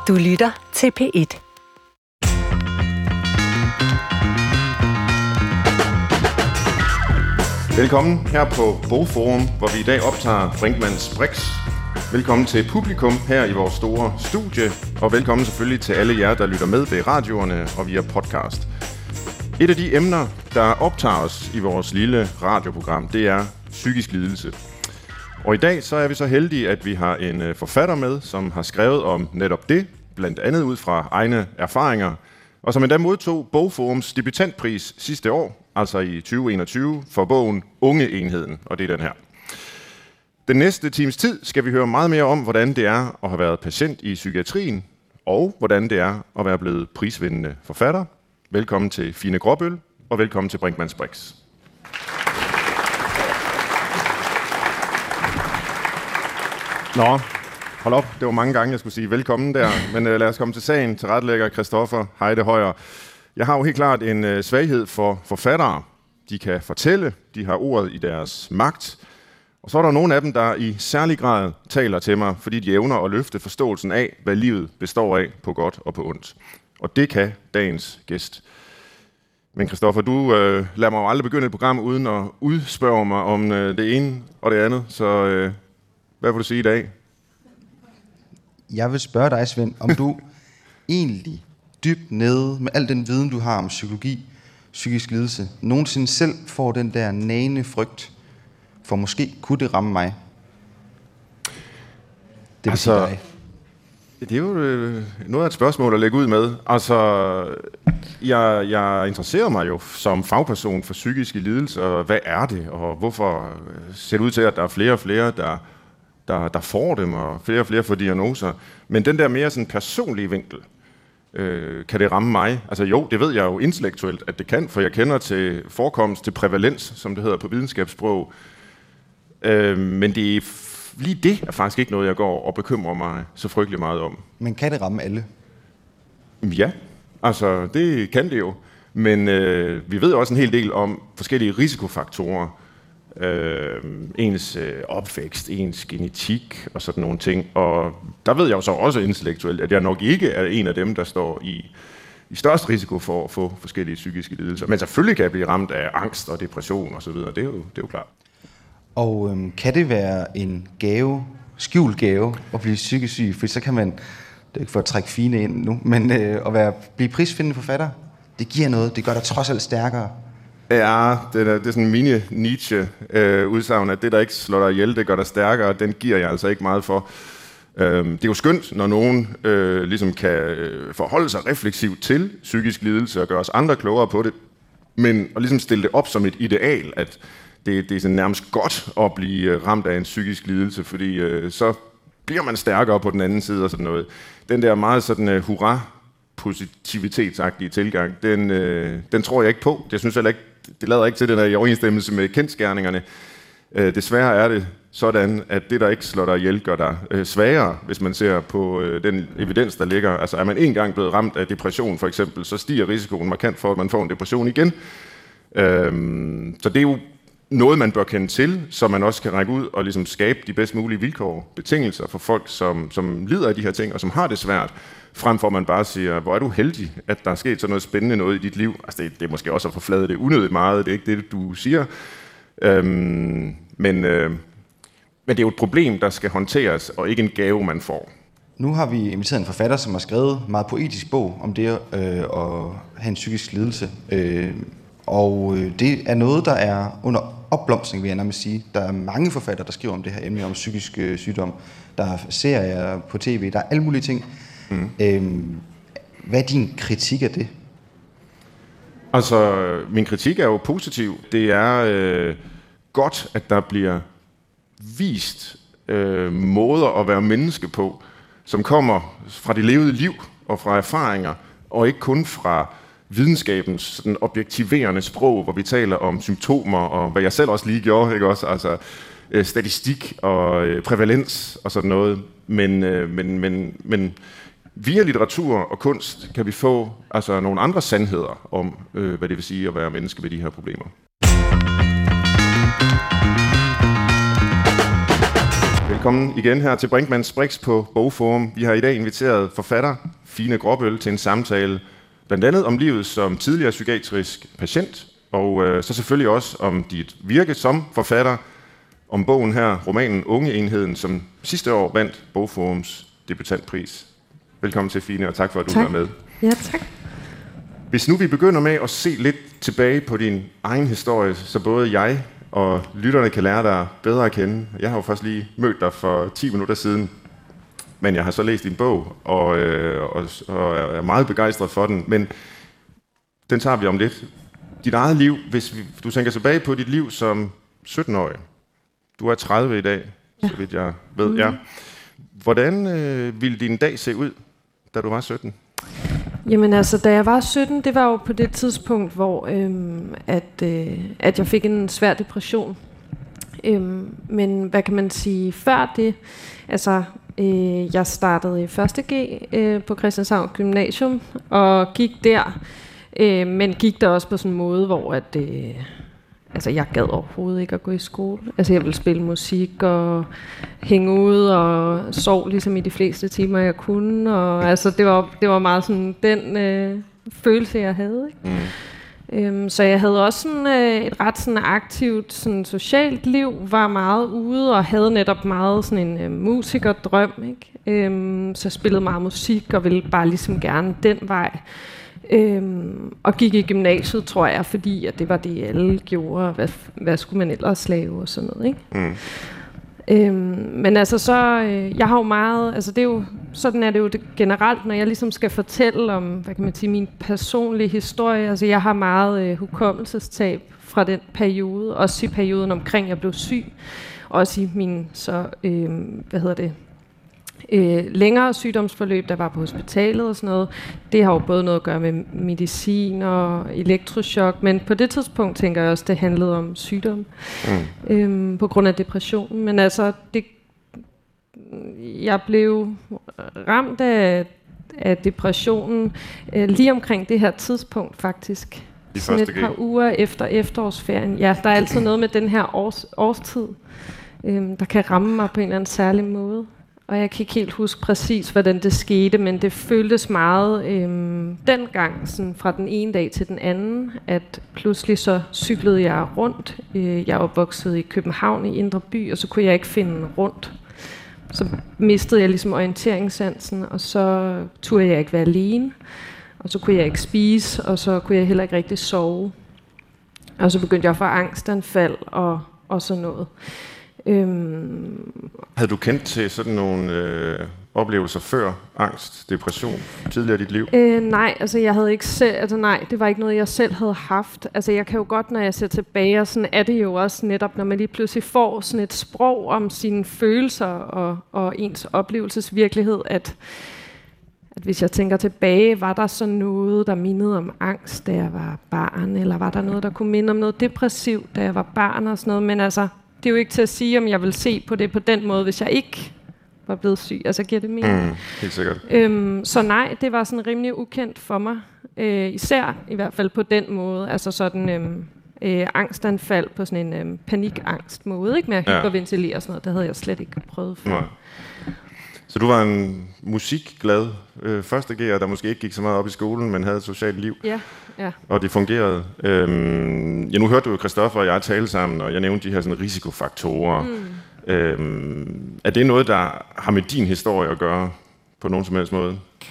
Du lytter til P1. Velkommen her på Bogforum, hvor vi i dag optager Brinkmanns Brix. Velkommen til publikum her i vores store studie, og velkommen selvfølgelig til alle jer, der lytter med ved radioerne og via podcast. Et af de emner, der optager os i vores lille radioprogram, det er psykisk lidelse. Og i dag så er vi så heldige, at vi har en forfatter med, som har skrevet om netop det, blandt andet ud fra egne erfaringer, og som endda modtog Bogforums debutantpris sidste år, altså i 2021, for bogen Unge-enheden, og det er den her. Den næste times tid skal vi høre meget mere om, hvordan det er at have været patient i psykiatrien, og hvordan det er at være blevet prisvindende forfatter. Velkommen til Fine Gråbøl, og velkommen til Brinkmanns Brix. Nå, hold op. Det var mange gange, jeg skulle sige velkommen der. Men lad os komme til sagen. Tilrettelægger Christoffer Heide Højer. Jeg har jo helt klart en svaghed for forfattere. De kan fortælle, de har ordet i deres magt. Og så er der nogle af dem, der i særlig grad taler til mig, fordi de evner at løfte forståelsen af, hvad livet består af på godt og på ondt. Og det kan dagens gæst. Men Christoffer, du lader mig jo aldrig begynde et program uden at udspørge mig om det ene og det andet. Så hvad vil du sige i dag? Jeg vil spørge dig, Svend, om du egentlig dybt nede med al den viden, du har om psykologi, psykisk lidelse, nogensinde selv får den der nagende frygt, for måske kunne det ramme mig. Det vil sige dig. Det er jo noget af et spørgsmål at lægge ud med. Altså, jeg interesserer mig jo som fagperson for psykiske lidelser. Hvad er det, og hvorfor ser det ud til, at der er flere og flere, der får dem, og flere får diagnoser. Men den der mere sådan personlige vinkel, kan det ramme mig? Altså jo, det ved jeg jo intellektuelt, at det kan, for jeg kender til forekomst, til prævalens, som det hedder på videnskabssprog. Men det er lige det er faktisk ikke noget, jeg går og bekymrer mig så frygtelig meget om. Men kan det ramme alle? Ja, altså det kan det jo. Men vi ved også en hel del om forskellige risikofaktorer. Ens opvækst, ens genetik og sådan nogle ting. Og der ved jeg jo så også intellektuelt, at jeg nok ikke er en af dem, der står i størst risiko for at få forskellige psykiske lidelser. Men selvfølgelig kan jeg blive ramt af angst og depression og så videre. Det er jo klart. Og kan det være en gave, skjult gave, at blive psykisk syg? For så kan man, det er ikke for at trække fine ind nu, men at blive prisvindende forfatter, det giver noget, det gør dig trods alt stærkere. Ja, det er sådan en mini-Nietzsche-udsagn, at det, der ikke slår dig ihjel, det gør dig stærkere, den giver jeg altså ikke meget for. Det er jo skønt, når nogen ligesom kan forholde sig refleksivt til psykisk lidelse og gøre os andre klogere på det, men at ligesom stille det op som et ideal, at det er sådan nærmest godt at blive ramt af en psykisk lidelse, fordi så bliver man stærkere på den anden side og sådan noget. Den der meget sådan hurra-positivitetsagtige tilgang, den tror jeg ikke på. Jeg synes heller ikke, det lader ikke til, den er i overensstemmelse med kendsgerningerne. Desværre er det sådan, at det, der ikke slår dig ihjel, gør dig svagere, hvis man ser på den evidens, der ligger. Altså er man en gang blevet ramt af depression for eksempel, så stiger risikoen markant for, at man får en depression igen. Så det er jo noget, man bør kende til, så man også kan række ud og ligesom skabe de bedst mulige vilkår, betingelser for folk, som lider af de her ting, og som har det svært, frem for at man bare siger, hvor er du heldig, at der er sket sådan noget spændende noget i dit liv. Altså det er måske også at forflade det unødigt meget, det er ikke det, du siger. Men det er jo et problem, der skal håndteres, og ikke en gave, man får. Nu har vi inviteret en forfatter, som har skrevet en meget poetisk bog om det at have en psykisk lidelse. Og det er noget, der er under opblomstring, vil jeg nærmest sige. Der er mange forfattere, der skriver om det her emne om psykisk sygdom. Der er serier på tv, der er alle mulige ting. Hvad er din kritik af det? Altså, min kritik er jo positiv. Det er godt, at der bliver vist måder at være menneske på, som kommer fra det levede liv og fra erfaringer, og ikke kun fra videnskabens sådan objektiverende sprog, hvor vi taler om symptomer, og hvad jeg selv også lige gjorde, ikke også? Altså statistik og prævalens og sådan noget. Men via litteratur og kunst kan vi få altså nogle andre sandheder om, hvad det vil sige at være menneske med de her problemer. Velkommen igen her til Brinkmanns Brix på Bogforum. Vi har i dag inviteret forfatter Fine Gråbøl til en samtale, blandt andet om livet som tidligere psykiatrisk patient, og så selvfølgelig også om dit virke som forfatter, om bogen her, romanen Ungeenheden, som sidste år vandt Bogforums debutantpris. Velkommen til, Fine, og tak for, at du er med. Ja, tak. Hvis nu vi begynder med at se lidt tilbage på din egen historie, så både jeg og lytterne kan lære dig bedre at kende. Jeg har jo først lige mødt dig for 10 minutter siden, men jeg har så læst din bog, og er meget begejstret for den. Men den tager vi om lidt. Dit eget liv, hvis du tænker tilbage på dit liv som 17-årig. Du er 30 i dag, så vidt jeg ved. Ja. Hvordan ville din dag se ud, da du var 17? Jamen altså, da jeg var 17, det var jo på det tidspunkt, hvor at jeg fik en svær depression. Men hvad kan man sige før det? Altså, jeg startede i 1. G på Christianshavn Gymnasium og gik der, men gik der også på sådan en måde, hvor at altså jeg gad overhovedet ikke at gå i skole. Altså jeg ville spille musik og hænge ud og sove ligesom i de fleste timer jeg kunne. Og altså det var meget sådan den følelse jeg havde. Ikke? Så jeg havde også sådan, et ret sådan aktivt sådan socialt liv, var meget ude og havde netop meget sådan en musikerdrøm. Ikke? Så jeg spillede meget musik og ville bare ligesom gerne den vej. Og gik i gymnasiet, tror jeg, fordi at det var det, alle gjorde. Hvad skulle man ellers lave og sådan noget, ikke? Men altså så, jeg har jo meget, altså det er jo, sådan er det jo generelt, når jeg ligesom skal fortælle om, hvad kan man sige, min personlige historie. Altså jeg har meget hukommelsestab fra den periode, også i perioden omkring jeg blev syg, også i min så, længere sygdomsforløb, der var på hospitalet og sådan noget. Det har jo både noget at gøre med medicin og elektrochok, men på det tidspunkt tænker jeg også, det handlede om sygdom på grund af depressionen. Men altså, jeg blev ramt af depressionen lige omkring det her tidspunkt faktisk. Sådan et par uger efter efterårsferien. Ja, der er altid noget med den her årstid, der kan ramme mig på en eller anden særlig måde. Og jeg kan ikke helt huske præcis, hvordan det skete, men det føltes meget dengang, sådan fra den ene dag til den anden, at pludselig så cyklede jeg rundt. Jeg var vokset i København i Indre By, og så kunne jeg ikke finde rundt. Så mistede jeg ligesom orienteringssansen, og så turde jeg ikke være alene. Og så kunne jeg ikke spise, og så kunne jeg heller ikke rigtig sove. Og så begyndte jeg at få angstanfald og sådan noget. Havde du kendt til sådan nogle oplevelser før angst, depression, tidligere i dit liv? Nej, altså jeg havde ikke selv, altså nej, det var ikke noget jeg selv havde haft. Altså jeg kan jo godt, når jeg ser tilbage, og sådan er det jo også netop, når man lige pludselig får sådan et sprog om sine følelser og ens oplevelsesvirkelighed, at hvis jeg tænker tilbage, var der så noget, der mindede om angst, da jeg var barn, eller var der noget, der kunne minde om noget depressivt, da jeg var barn og sådan noget, men altså det er jo ikke til at sige, om jeg vil se på det på den måde, hvis jeg ikke var blevet syg. Altså giver det mening? Helt sikkert. Så nej, det var sådan rimelig ukendt for mig. Især i hvert fald på den måde. Altså sådan angstanfald på sådan en panikangst måde, ikke? Med at hyperventilere og sådan noget. Det havde jeg slet ikke prøvet før. Nej. Så du var en musikglad første G'er, der måske ikke gik så meget op i skolen, men havde et socialt liv. Ja. Og det fungerede. Nu hørte du jo Christoffer og jeg tale sammen, og jeg nævnte de her sådan risikofaktorer. Er det noget, der har med din historie at gøre på nogen som helst måde?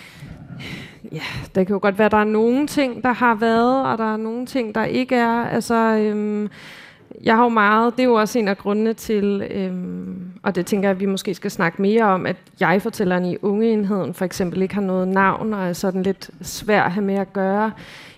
Ja, det kan jo godt være, at der er nogle ting, der har været, og der er nogle ting, der ikke er. Altså, jeg har jo meget, det er jo også en af grundene til, og det tænker jeg, at vi måske skal snakke mere om, at jeg-fortælleren i Ungeenheden for eksempel ikke har noget navn, og er sådan lidt svær at have med at gøre.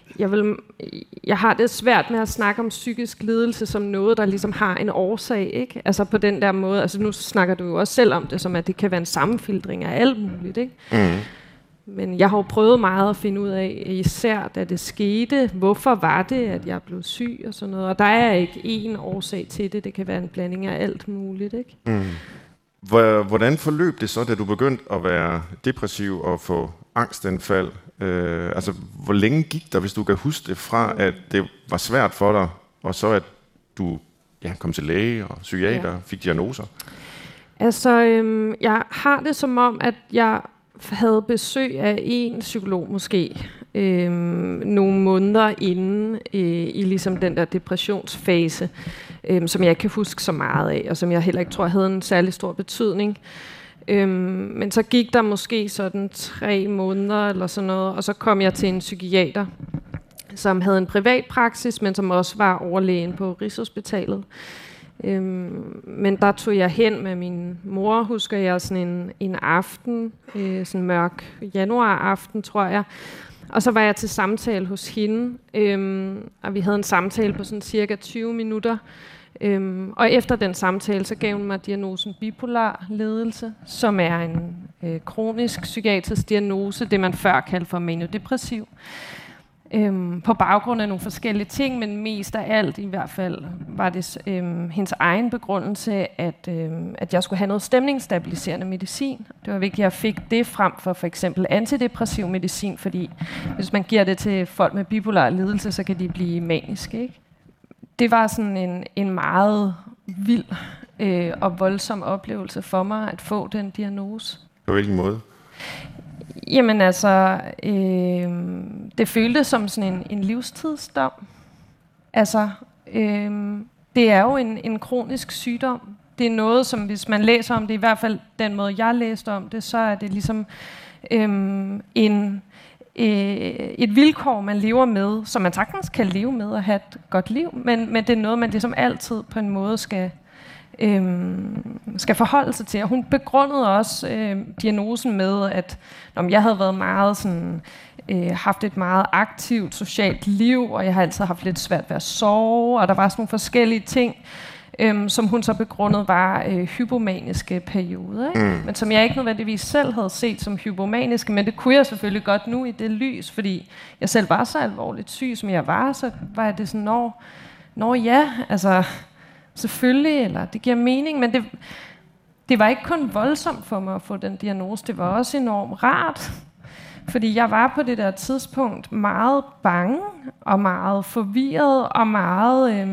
Jeg har det svært med at snakke om psykisk lidelse som noget, der ligesom har en årsag, ikke? Altså på den der måde, altså nu snakker du jo også selv om det, som at det kan være en sammenfiltring af alt muligt, ikke? Men jeg har jo prøvet meget at finde ud af, især da det skete, hvorfor var det, at jeg blev syg og sådan noget. Og der er ikke én årsag til det, det kan være en blanding af alt muligt, ikke? Hvordan forløb det så, da du begyndte at være depressiv og få angstanfald? Altså, hvor længe gik der, hvis du kan huske det, fra at det var svært for dig, og så at du kom til læge og psykiater, fik diagnoser? Altså, jeg har det som om, at jeg havde besøg af en psykolog måske nogle måneder inden i ligesom den der depressionsfase, som jeg ikke kan huske så meget af, og som jeg heller ikke tror havde en særlig stor betydning. Men så gik der måske sådan 3 måneder eller sådan noget, og så kom jeg til en psykiater, som havde en privat praksis, men som også var overlægen på Rigshospitalet. Men der tog jeg hen med min mor, husker jeg, sådan en aften, sådan en mørk januaraften, tror jeg. Og så var jeg til samtale hos hende, og vi havde en samtale på sådan cirka 20 minutter. Og efter den samtale, så gav hun mig diagnosen bipolar lidelse, som er en kronisk psykiatrisk diagnose, det man før kaldte for maniodepressiv. På baggrund af nogle forskellige ting, men mest af alt i hvert fald var det hendes egen begrundelse, at jeg skulle have noget stemningsstabiliserende medicin. Det var vigtigt, at jeg fik det frem for eksempel antidepressiv medicin, fordi hvis man giver det til folk med bipolar lidelse, så kan de blive maniske, ikke? Det var sådan en meget vild og voldsom oplevelse for mig at få den diagnose. På hvilken måde? Jamen altså, det føltes som sådan en livstidsdom. Altså, det er jo en kronisk sygdom. Det er noget, som hvis man læser om det, i hvert fald den måde, jeg læste om det, så er det ligesom et vilkår, man lever med, som man sagtens kan leve med og have et godt liv, men det er noget, man ligesom altid på en måde skal forholde sig til. Og hun begrundede også diagnosen med, at jeg havde været meget sådan, haft et meget aktivt socialt liv, og jeg har altid haft lidt svært ved at sove, og der var sådan nogle forskellige ting, som hun så begrundet var hypomaniske perioder, ikke? Men som jeg ikke nødvendigvis selv havde set som hypomaniske, men det kunne jeg selvfølgelig godt nu i det lys, fordi jeg selv var så alvorligt syg, som jeg var, så var det sådan, når ja, altså selvfølgelig, eller det giver mening, men det var ikke kun voldsomt for mig at få den diagnose, det var også enormt rart, fordi jeg var på det der tidspunkt meget bange, og meget forvirret, og meget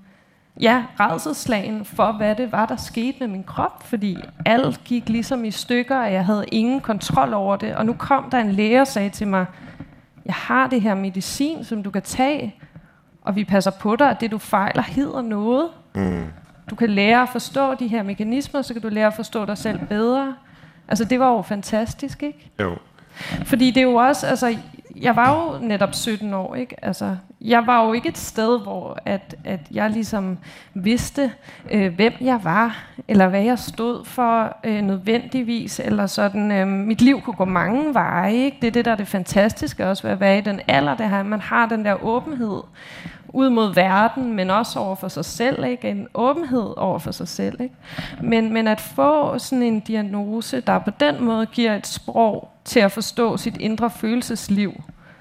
rædselsslagen for, hvad det var, der skete med min krop, fordi alt gik ligesom i stykker, og jeg havde ingen kontrol over det, og nu kom der en læge og sagde til mig, jeg har det her medicin, som du kan tage, og vi passer på dig, at det du fejler hedder noget. Du kan lære at forstå de her mekanismer, så kan du lære at forstå dig selv bedre. Altså det var jo fantastisk, ikke? Jo. Fordi det er jo også, altså jeg var jo netop 17 år, ikke? Altså jeg var jo ikke et sted, hvor at jeg ligesom vidste, hvem jeg var, eller hvad jeg stod for nødvendigvis, eller sådan, mit liv kunne gå mange veje, ikke? Det er det, der er det fantastiske også ved at være i den alder, det her, man har den der åbenhed ud mod verden, men også over for sig selv, ikke? En åbenhed over for sig selv, ikke? Men at få sådan en diagnose, der på den måde giver et sprog til at forstå sit indre følelsesliv,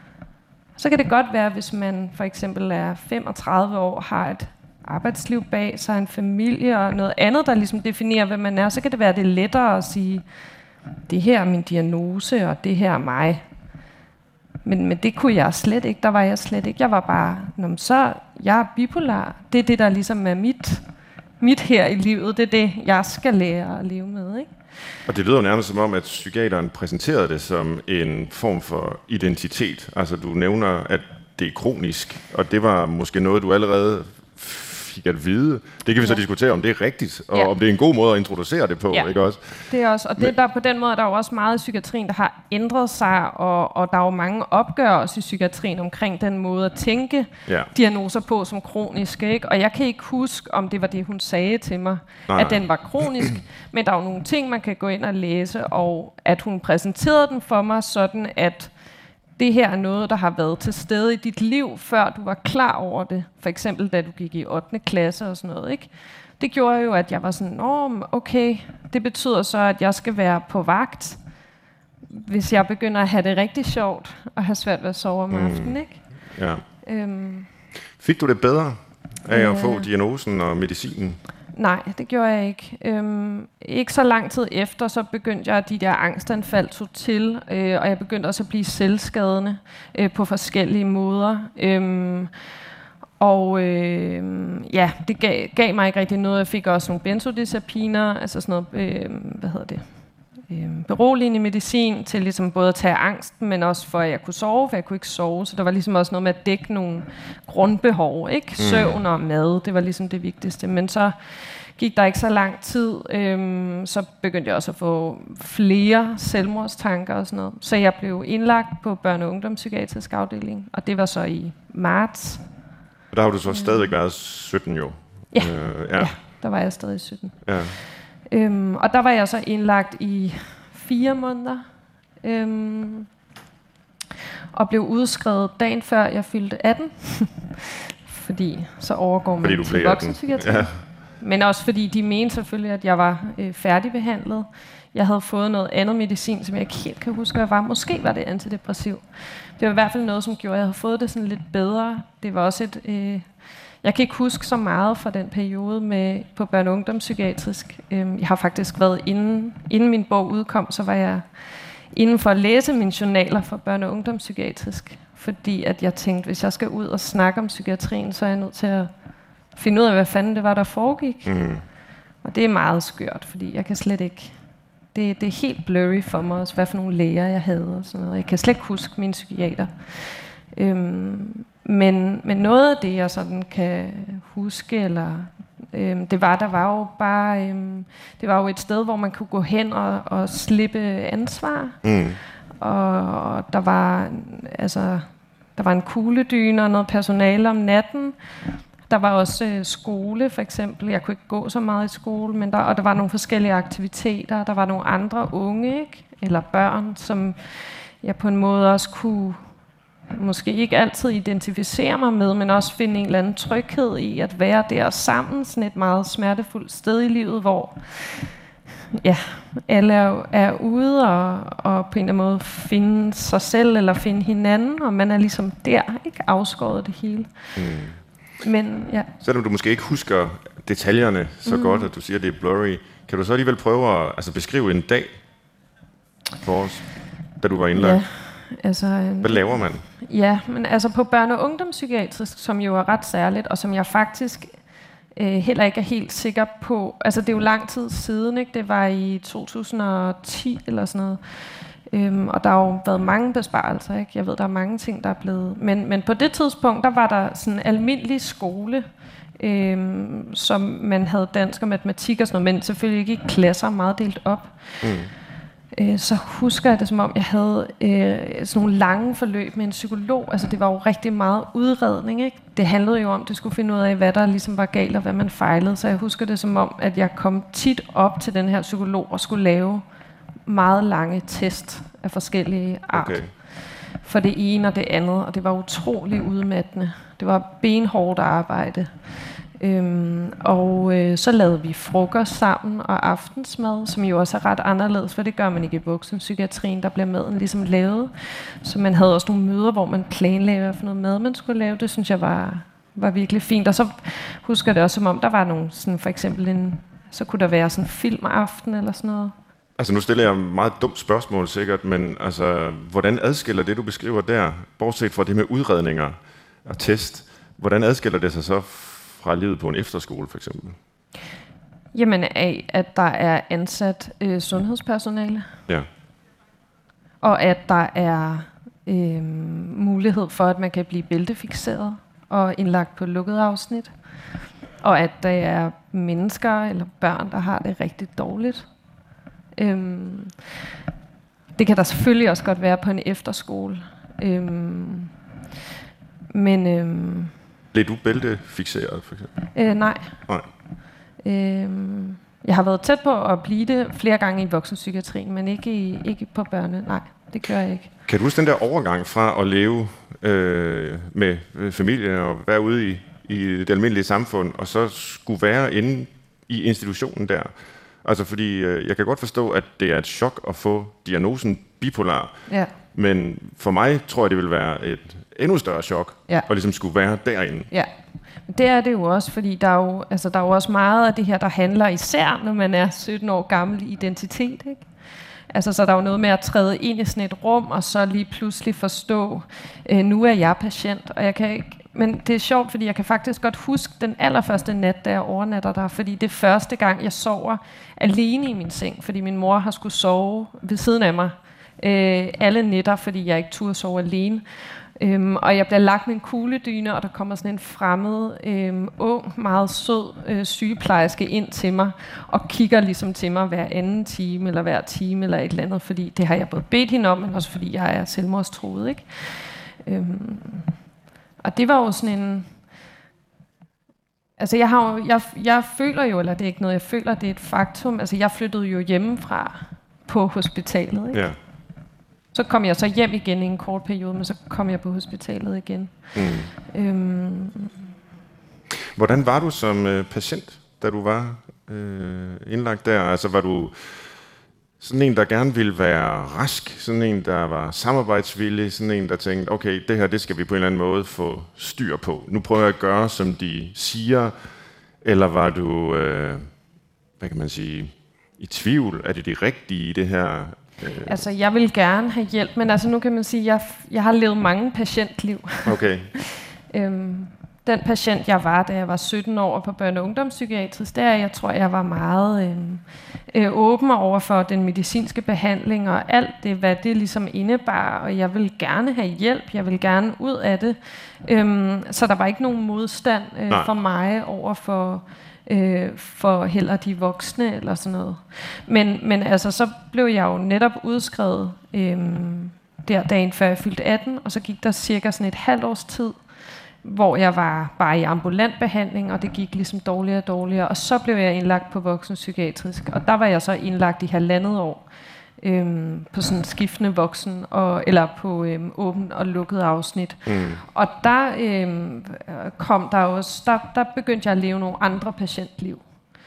så kan det godt være, hvis man for eksempel er 35 år, har et arbejdsliv bag sig, en familie og noget andet, der ligesom definerer, hvem man er, så kan det være det lettere at sige, det her er min diagnose, og det her er mig. Men det kunne jeg slet ikke. Der var jeg slet ikke. Jeg var bare, jeg er bipolar. Det er det, der ligesom er mit her i livet. Det er det, jeg skal lære at leve med, ikke? Og det lyder jo nærmest som om, at psykiateren præsenterede det som en form for identitet. Altså du nævner, at det er kronisk, og det var måske noget, du allerede fik at vide. Det kan vi så diskutere, om det er rigtigt, og om det er en god måde at introducere det på, ikke også? Det er også, og det der på den måde, der er jo også meget i psykiatrien, der har ændret sig, og der er jo mange opgørelser i psykiatrien omkring den måde at tænke diagnoser på som kroniske, ikke? Og jeg kan ikke huske, om det var det, hun sagde til mig, at den var kronisk, men der er jo nogle ting, man kan gå ind og læse, og at hun præsenterede den for mig sådan, at det her er noget, der har været til stede i dit liv, før du var klar over det. For eksempel, da du gik i 8. klasse og sådan noget, ikke? Det gjorde jo, at jeg var sådan, okay, det betyder så, at jeg skal være på vagt, hvis jeg begynder at have det rigtig sjovt, og have svært ved at sove om aftenen, ikke? Ja. Fik du det bedre af at få diagnosen og medicinen? Nej, det gjorde jeg ikke. Ikke så lang tid efter, så begyndte jeg, at de der angstanfald tog til, og jeg begyndte også at blive selvskadende på forskellige måder. Og det gav mig ikke rigtig noget. Jeg fik også nogle benzodiazepiner, altså sådan noget, beroligende medicin til ligesom både at tage angsten, men også for at jeg kunne sove, for jeg kunne ikke sove. Så der var ligesom også noget med at dække nogle grundbehov, ikke? Søvn og mad, det var ligesom det vigtigste. Men så gik der ikke så lang tid, så begyndte jeg også at få flere selvmordstanker og sådan noget. Så jeg blev indlagt på børne- og ungdomspsykiatrisk afdeling, og det var så i marts. Og der har du så stadigvæk været 17 jo. Ja, der var jeg stadig 17. Ja. Og der var jeg så indlagt i 4 måneder, og blev udskrevet dagen før jeg fyldte 18, fordi så overgår man til voksenpsykiatri. Ja. Men også fordi de mente selvfølgelig, at jeg var færdigbehandlet. Jeg havde fået noget andet medicin, som jeg ikke helt kan huske, hvad jeg var. Måske var det antidepressiv. Det var i hvert fald noget, som gjorde, at jeg havde fået det sådan lidt bedre. Det var også jeg kan ikke huske så meget fra den periode på børne- og ungdomspsykiatrisk. Jeg har faktisk været inden min bog udkom, så var jeg inden for at læse mine journaler for børne- og ungdomspsykiatrisk. Fordi at jeg tænkte, hvis jeg skal ud og snakke om psykiatrien, så er jeg nødt til at finde ud af, hvad fanden det var, der foregik. Og det er meget skørt, fordi jeg kan slet ikke... Det er helt blurry for mig også, hvad for nogle læger jeg havde og sådan noget. Jeg kan slet ikke huske mine psykiater. Men noget af det, jeg sådan kan huske, det var jo et sted, hvor man kunne gå hen og slippe ansvar. Og der var en kugledyne og noget personale om natten. Der var også skole, for eksempel. Jeg kunne ikke gå så meget i skole, men der var nogle forskellige aktiviteter. Der var nogle andre unge, ikke? Eller børn, som jeg på en måde også kunne måske ikke altid identificere mig med, men også finde en eller anden tryghed i at være der sammen. Sådan et meget smertefuldt sted i livet, hvor alle er ude og på en eller anden måde finde sig selv eller finde hinanden, og man er ligesom der, ikke afskåret det hele. Men ja. Selvom du måske ikke husker detaljerne så godt, at du siger, at det er blurry, kan du så alligevel prøve at beskrive en dag for os, da du var indlagt? Ja, hvad laver man? Ja, men altså på børne- og ungdomspsykiatrisk, som jo er ret særligt, og som jeg faktisk heller ikke er helt sikker på. Altså det er jo lang tid siden, ikke? Det var i 2010 eller sådan noget. Og der har jo været mange besparelser, ikke? Jeg ved, der er mange ting, der er blevet... Men på det tidspunkt, der var der sådan en almindelig skole, som man havde dansk og matematik og sådan noget, men selvfølgelig ikke i klasser, meget delt op. Så husker jeg det, som om jeg havde sådan nogle lange forløb med en psykolog. Altså det var jo rigtig meget udredning, ikke? Det handlede jo om, at du skulle finde ud af, hvad der ligesom var galt og hvad man fejlede. Så jeg husker det som om, at jeg kom tit op til den her psykolog og skulle lave meget lange test af forskellige art. Okay. For det ene og det andet, og det var utrolig udmattende. Det var benhårdt arbejde. Så lavede vi frokost sammen og aftensmad, som jo også er ret anderledes, for det gør man ikke i voksenpsykiatrien. Der bliver maden ligesom lavet. Så man havde også nogle møder, hvor man planlagde, hvad for noget mad man skulle lave. Det synes jeg var virkelig fint. Og så husker jeg det også, som om der var nogle, sådan for eksempel så kunne der være sådan en filmaften eller sådan noget. Altså nu stiller jeg et meget dumt spørgsmål sikkert, men altså, hvordan adskiller det, du beskriver der, bortset fra det med udredninger og test, hvordan adskiller det sig så fra livet på en efterskole for eksempel? Jamen af, at der er ansat sundhedspersonale. Ja. Og at der er mulighed for, at man kan blive bæltefikseret og indlagt på lukket afsnit. Og at der er mennesker eller børn, der har det rigtig dårligt. Det kan der selvfølgelig også godt være på en efterskole. Men blev du bæltefikseret for eksempel? Nej. Jeg har været tæt på at blive det flere gange i voksenpsykiatrien, men ikke på børne. Nej, det gør jeg ikke. Kan du huske den der overgang fra at leve med familien og være ude i det almindelige samfund, og så skulle være inde i institutionen der? Altså fordi jeg kan godt forstå, at det er et chok at få diagnosen bipolar. Ja. Men for mig tror jeg, det vil være et endnu større chok, at ligesom skulle være derinde. Ja, det er det jo også, fordi der er jo også meget af det her, der handler især, når man er 17 år gammel, identitet, ikke? Altså, så der er jo noget med at træde ind i sådan et rum, og så lige pludselig forstå, nu er jeg patient, og jeg kan ikke Men det er sjovt, fordi jeg kan faktisk godt huske den allerførste nat, da jeg overnatter der, fordi det er første gang, jeg sover alene i min seng, fordi min mor har skulle sove ved siden af mig alle nætter, fordi jeg ikke turde sove alene. Og jeg bliver lagt med en kugledyne, og der kommer sådan en fremmed, ung, meget sød sygeplejerske ind til mig, og kigger ligesom til mig hver anden time, eller hver time, eller et eller andet, fordi det har jeg både bedt hende om, men også fordi jeg er selvmordstruet, ikke? Og det var jo sådan en... Altså jeg føler jo, eller det er ikke noget, jeg føler, det er et faktum. Altså jeg flyttede jo hjemmefra på hospitalet, ikke? Ja. Så kom jeg så hjem igen i en kort periode, men så kom jeg på hospitalet igen. Hvordan var du som patient, da du var indlagt der? Altså var du sådan en, der gerne ville være rask, sådan en, der var samarbejdsvillig, sådan en, der tænkte, okay, det her, det skal vi på en eller anden måde få styr på. Nu prøver jeg at gøre, som de siger. Eller var du, hvad kan man sige, i tvivl? Er det de rigtige i det her? Altså, jeg vil gerne have hjælp, men altså nu kan man sige, at jeg har levet mange patientliv. Okay. Den patient, jeg var, da jeg var 17 år på børne- og ungdomspsykiatrisk, jeg tror, jeg var meget åben over for den medicinske behandling og alt det, hvad det ligesom indebar, og jeg vil gerne have hjælp, jeg vil gerne ud af det. Så der var ikke nogen modstand for mig over for heller de voksne eller sådan noget. Men altså, så blev jeg jo netop udskrevet der dagen før jeg fyldte 18, og så gik der cirka sådan et halvt års tid, hvor jeg var bare i ambulant behandling, og det gik ligesom dårligere og dårligere, og så blev jeg indlagt på voksenpsykiatrisk, og der var jeg så indlagt i 1,5 år på sådan skiftende voksen, eller på åbent og lukket afsnit. Og der kom der også, der begyndte jeg at leve nogle andre patientliv.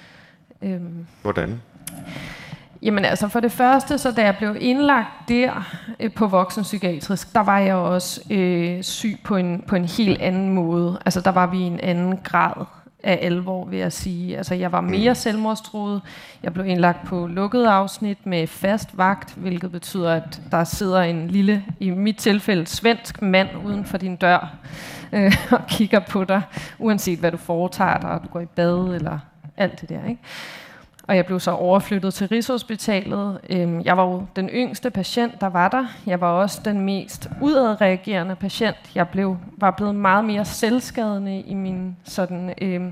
Hvordan? Jamen altså for det første, så da jeg blev indlagt der på voksenpsykiatrisk, der var jeg også syg på en helt anden måde. Altså der var vi i en anden grad af alvor, vil jeg sige. Altså jeg var mere selvmordstruet. Jeg blev indlagt på lukket afsnit med fast vagt, hvilket betyder, at der sidder en lille, i mit tilfælde, svensk mand uden for din dør og kigger på dig, uanset hvad du foretager dig, og du går i bad eller alt det der, ikke? Og jeg blev så overflyttet til Rigshospitalet. Jeg var jo den yngste patient, der var der. Jeg var også den mest udadreagerende patient. Jeg var blevet meget mere selvskadende i min sådan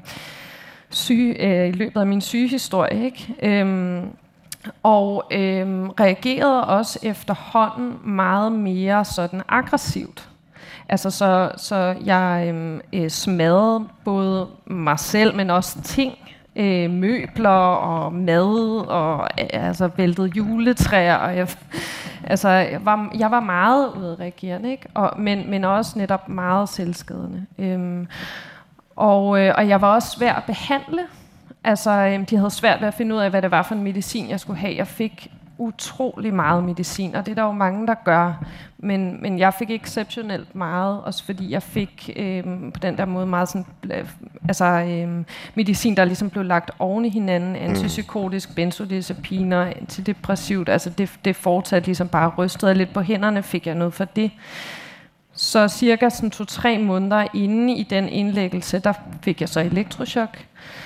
i løbet af min sygehistorie, ikke? Og reagerede også efterhånden meget mere sådan aggressivt. Altså så jeg smadrede både mig selv, men også ting. Møbler og mad og altså væltede juletræer, og jeg var meget udadreagerende, ikke? Men også netop meget selvskadende. Og jeg var også svær at behandle. Altså de havde svært ved at finde ud af, hvad det var for en medicin jeg skulle have. Jeg fik utrolig meget medicin, og det er der jo mange, der gør. Men jeg fik exceptionelt meget, også fordi jeg fik på den der måde meget sådan, medicin, der ligesom blev lagt oven i hinanden, antipsykotisk, benzodiazepiner, antidepressivt, altså det fortsatte ligesom bare rystede lidt på hænderne, fik jeg noget for det. Så cirka sådan 2-3 måneder inde i den indlæggelse, der fik jeg så elektrochok.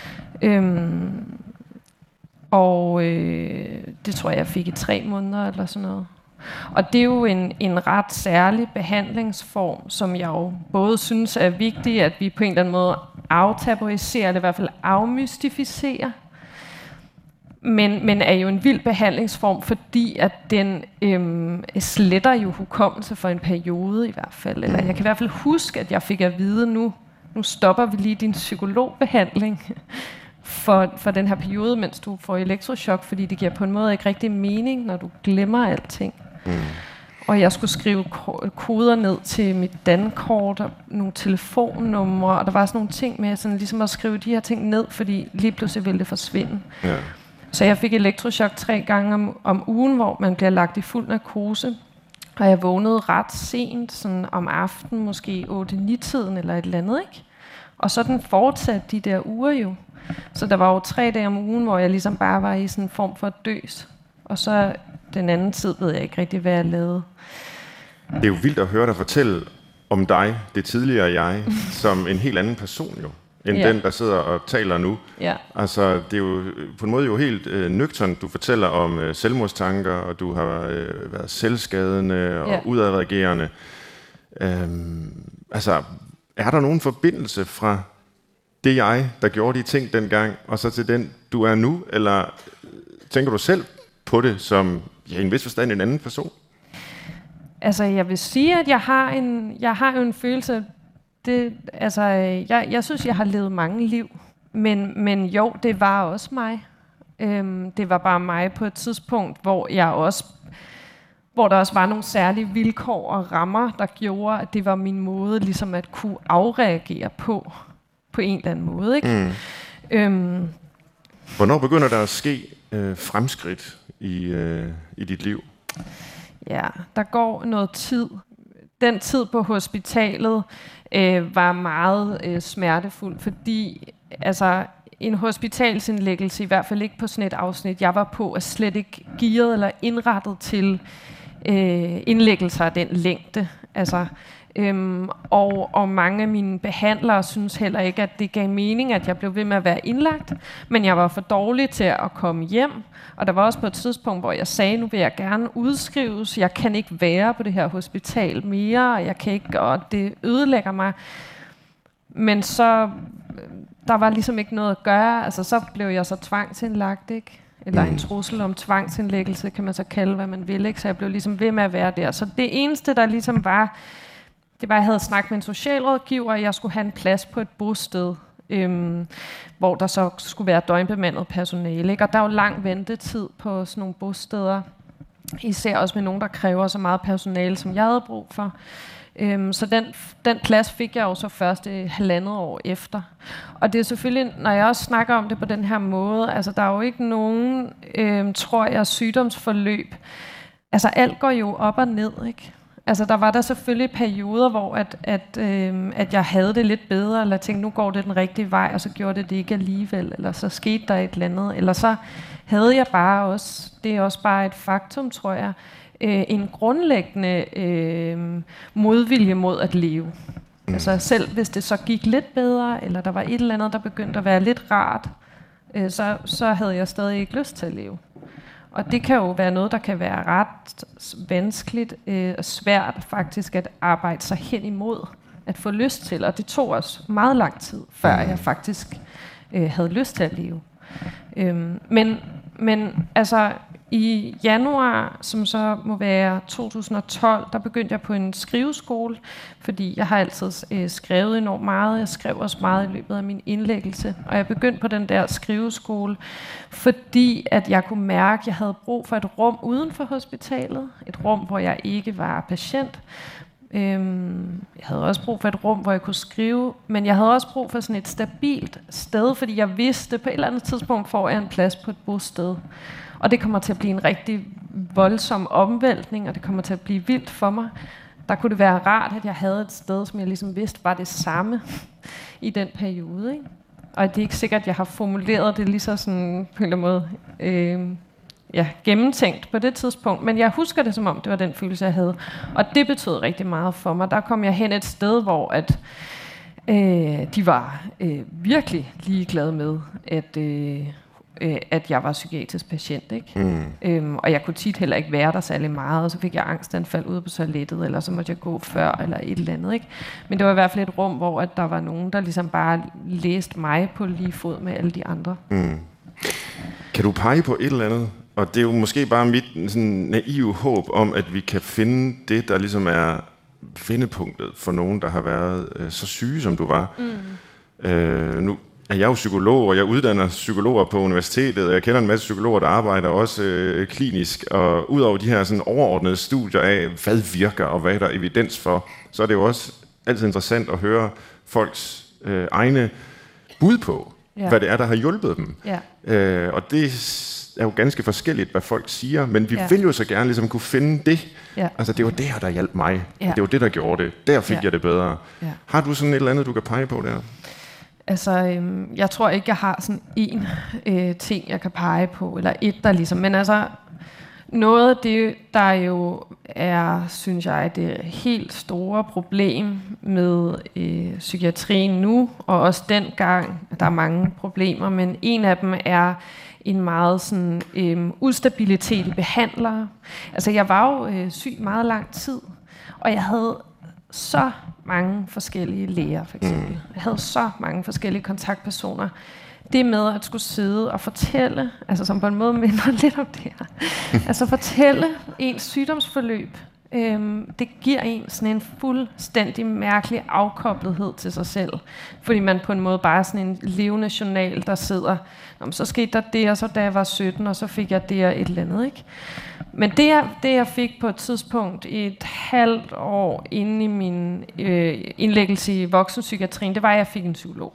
Og det tror jeg fik i 3 måneder eller sådan noget. Og det er jo en ret særlig behandlingsform, som jeg jo både synes er vigtig, at vi på en eller anden måde aftaboriserer, eller i hvert fald afmystificerer. Men er jo en vild behandlingsform, fordi at den sletter jo hukommelse for en periode i hvert fald. Eller jeg kan i hvert fald huske, at jeg fik at vide, nu stopper vi lige din psykologbehandling for den her periode, mens du får elektrochok, fordi det giver på en måde ikke rigtig mening, når du glemmer alting. Og jeg skulle skrive koder ned til mit dankort og nogle telefonnumre, og der var sådan nogle ting med sådan ligesom at skrive de her ting ned, fordi lige pludselig ville det forsvinde. Ja. Så jeg fik elektrochok 3 gange om ugen, hvor man bliver lagt i fuld narkose. Og jeg vågnede ret sent, sådan om aftenen, måske 8-9-tiden eller et eller andet, ikke? Og så den fortsatte de der uger jo. Så der var jo 3 dage om ugen, hvor jeg ligesom bare var i sådan en form for døs. Og så den anden tid ved jeg ikke rigtig, hvad jeg lavede. Det er jo vildt at høre dig fortælle om dig, det tidligere jeg, som en helt anden person jo, end den, der sidder og taler nu. Ja. Altså, det er jo på en måde jo helt nøgternt. Du fortæller om selvmordstanker, og du har været selvskadende og udadreagerende. Altså, er der nogen forbindelse fra det jeg, der gjorde de ting dengang, og så til den, du er nu? Eller tænker du selv på det som i en vis forstand en anden person? Altså, jeg vil sige, at jeg har jo en følelse. Jeg synes, jeg har levet mange liv. Men jo, det var også mig. Det var bare mig på et tidspunkt, hvor der også var nogle særlige vilkår og rammer, der gjorde, at det var min måde ligesom at kunne afreagere på en eller anden måde. Ikke? Hvornår begynder der at ske fremskridt i dit liv? Ja, der går noget tid. Den tid på hospitalet var meget smertefuld, fordi altså, en hospitalsindlæggelse, i hvert fald ikke på sådan et afsnit, jeg var på, er slet ikke gearet eller indrettet til indlæggelser af den længde. Altså, og mange af mine behandlere synes heller ikke, at det gav mening, at jeg blev ved med at være indlagt, men jeg var for dårlig til at komme hjem, og der var også på et tidspunkt, hvor jeg sagde, nu vil jeg gerne udskrives, jeg kan ikke være på det her hospital mere, og jeg kan ikke, og det ødelægger mig. Men så, der var ligesom ikke noget at gøre, altså så blev jeg så tvangsindlagt, ikke? Eller en trussel om tvangsindlæggelse, kan man så kalde, hvad man vil, ikke? Så jeg blev ligesom ved med at være der. Så det eneste, der ligesom var, det var, at jeg havde snakket med en socialrådgiver, og jeg skulle have en plads på et bosted, hvor der så skulle være døgnbemandet personale. Ikke? Og der er jo lang ventetid på sådan nogle bosteder, især også med nogen, der kræver så meget personale, som jeg havde brug for. Så den plads fik jeg jo så først 1,5 år efter. Og det er selvfølgelig, når jeg også snakker om det på den her måde, altså der er jo ikke nogen, tror jeg, sygdomsforløb. Altså alt går jo op og ned, ikke? Altså der var der selvfølgelig perioder, hvor at jeg havde det lidt bedre, eller tænkte, nu går det den rigtige vej, og så gjorde det ikke alligevel, eller så skete der et eller andet, eller så havde jeg bare også, det er også bare et faktum, tror jeg, en grundlæggende modvilje mod at leve. Altså selv hvis det så gik lidt bedre, eller der var et eller andet, der begyndte at være lidt rart, så havde jeg stadig ikke lyst til at leve. Og det kan jo være noget, der kan være ret vanskeligt og svært faktisk at arbejde sig hen imod, at få lyst til. Og det tog også meget lang tid, før jeg faktisk havde lyst til at leve. Men altså i januar, som så må være 2012, der begyndte jeg på en skriveskole, fordi jeg har altid skrevet enormt meget. Jeg skrev også meget i løbet af min indlæggelse, og jeg begyndte på den der skriveskole, fordi at jeg kunne mærke, at jeg havde brug for et rum uden for hospitalet. Et rum, hvor jeg ikke var patient. Jeg havde også brug for et rum, hvor jeg kunne skrive, men jeg havde også brug for sådan et stabilt sted, fordi jeg vidste, på et eller andet tidspunkt får jeg en plads på et bosted. Og det kommer til at blive en rigtig voldsom omvæltning, og det kommer til at blive vildt for mig. Der kunne det være rart, at jeg havde et sted, som jeg ligesom vidste var det samme i den periode. Ikke? Og det er ikke sikkert, at jeg har formuleret det lige så sådan, på en eller anden måde gennemtænkt på det tidspunkt. Men jeg husker det, som om det var den følelse, jeg havde. Og det betød rigtig meget for mig. Der kom jeg hen et sted, hvor de var virkelig ligeglade med, at jeg var psykiatrisk patient, ikke? Og jeg kunne tit heller ikke være der særlig meget, og så fik jeg angstanfald ude på toilettet, eller så måtte jeg gå før, eller et eller andet, ikke? Men det var i hvert fald et rum, hvor at der var nogen, der ligesom bare læste mig på lige fod med alle de andre. Kan du pege på et eller andet? Og det er jo måske bare mit sådan naive håb om, at vi kan finde det, der ligesom er findepunktet for nogen, der har været så syge, som du var. Nu er jeg jo psykolog, og jeg uddanner psykologer på universitetet, og jeg kender en masse psykologer, der arbejder også klinisk, og udover de her sådan overordnede studier af, hvad virker, og hvad der er evidens for, så er det jo også altid interessant at høre folks egne bud på, hvad det er, der har hjulpet dem. Og det er jo ganske forskelligt, hvad folk siger, men vi vil jo så gerne ligesom kunne finde det. Altså, det var det her, der hjalp mig. Det var det, der gjorde det. Der fik jeg det bedre. Har du sådan et eller andet, du kan pege på der? Altså, jeg tror ikke, jeg har sådan en ting, jeg kan pege på, eller et, der ligesom... Men altså, Noget af det, der jo er, synes jeg, det helt store problem med psykiatrien nu, og også dengang, der er mange problemer, men en af dem er en meget sådan, ustabilitet i behandlere. Altså jeg var jo syg meget lang tid, og jeg havde så mange forskellige læger, for eksempel. Jeg havde så mange forskellige kontaktpersoner. Det med at skulle sidde og fortælle, altså som på en måde minder lidt om det her, altså fortælle ens sygdomsforløb, det giver en sådan en fuldstændig mærkelig afkoblethed til sig selv. Fordi man på en måde bare er sådan en levende journal, der sidder, så skete der det, og så da jeg var 17, og så fik jeg det og et eller andet, ikke? Men det jeg fik på et tidspunkt, et halvt år inde i min indlæggelse i voksenpsykiatrien, det var, at jeg fik en psykolog.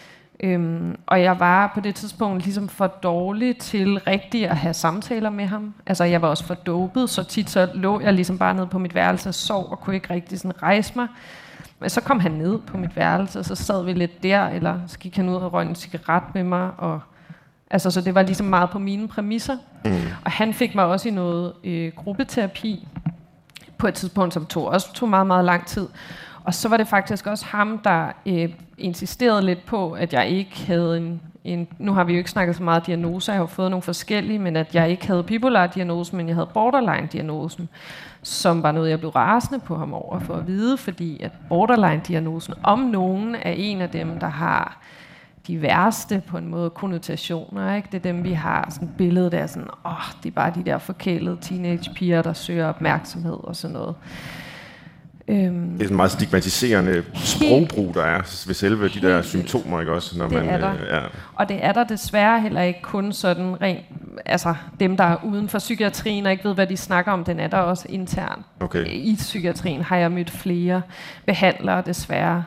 Og jeg var på det tidspunkt ligesom for dårlig til rigtig at have samtaler med ham. Altså jeg var også for dopet, så tit så lå jeg ligesom bare nede på mit værelse og sov og kunne ikke rigtig sådan rejse mig. Men så kom han ned på mit værelse, og så sad vi lidt der, eller så gik han ud og røg en cigaret med mig. Og, altså så det var ligesom meget på mine præmisser. Og han fik mig også i noget gruppeterapi på et tidspunkt, som tog meget, meget lang tid. Og så var det faktisk også ham, der insisterede lidt på, at jeg ikke havde nu har vi jo ikke snakket så meget diagnoser, jeg har fået nogle forskellige, men at jeg ikke havde bipolar-diagnosen, men jeg havde borderline-diagnosen, som var noget, jeg blev rasende på ham over for at vide, fordi at borderline-diagnosen, om nogen, er en af dem, der har de værste på en måde konnotationer, ikke? Det er dem, vi har sådan et billede, der er sådan, det er bare de der forkælede teenagepiger, der søger opmærksomhed og sådan noget. Det er sådan en meget stigmatiserende sprogbrug, der er ved selve de der symptomer, ikke også? Når man, er der. Ja. Og det er der desværre heller ikke kun sådan rent, altså dem, der er uden for psykiatrien og ikke ved, hvad de snakker om, den er der også internt. Okay. I psykiatrien har jeg mødt flere behandlere, desværre.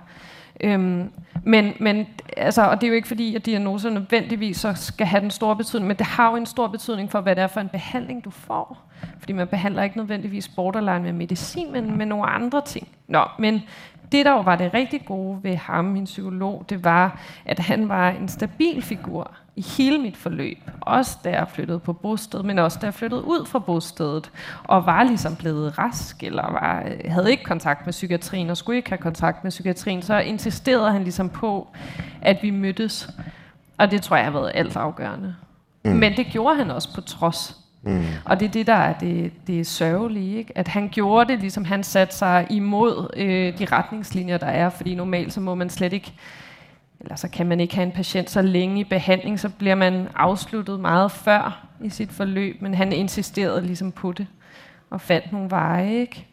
Men altså, og det er jo ikke fordi, at diagnoser nødvendigvis så skal have den store betydning, men det har jo en stor betydning for, hvad det er for en behandling, du får. Fordi man behandler ikke nødvendigvis borderline med medicin, men med nogle andre ting. Men det, der jo var det rigtig gode ved ham, min psykolog, det var, at han var en stabil figur i hele mit forløb. Også da jeg flyttede på bosted, men også da jeg flyttede ud fra bostedet, og var ligesom blevet rask, eller havde ikke kontakt med psykiatrien, og skulle ikke have kontakt med psykiatrien, så insisterede han ligesom på, at vi mødtes. Og det tror jeg har været alt afgørende. Men det gjorde han også på trods. Og det er det, der er det sørgelige, ikke? At han gjorde det, ligesom han satte sig imod de retningslinjer, der er, fordi normalt så må man slet ikke, eller så kan man ikke have en patient så længe i behandling, så bliver man afsluttet meget før i sit forløb, men han insisterede ligesom på det, og fandt nogle veje, ikke?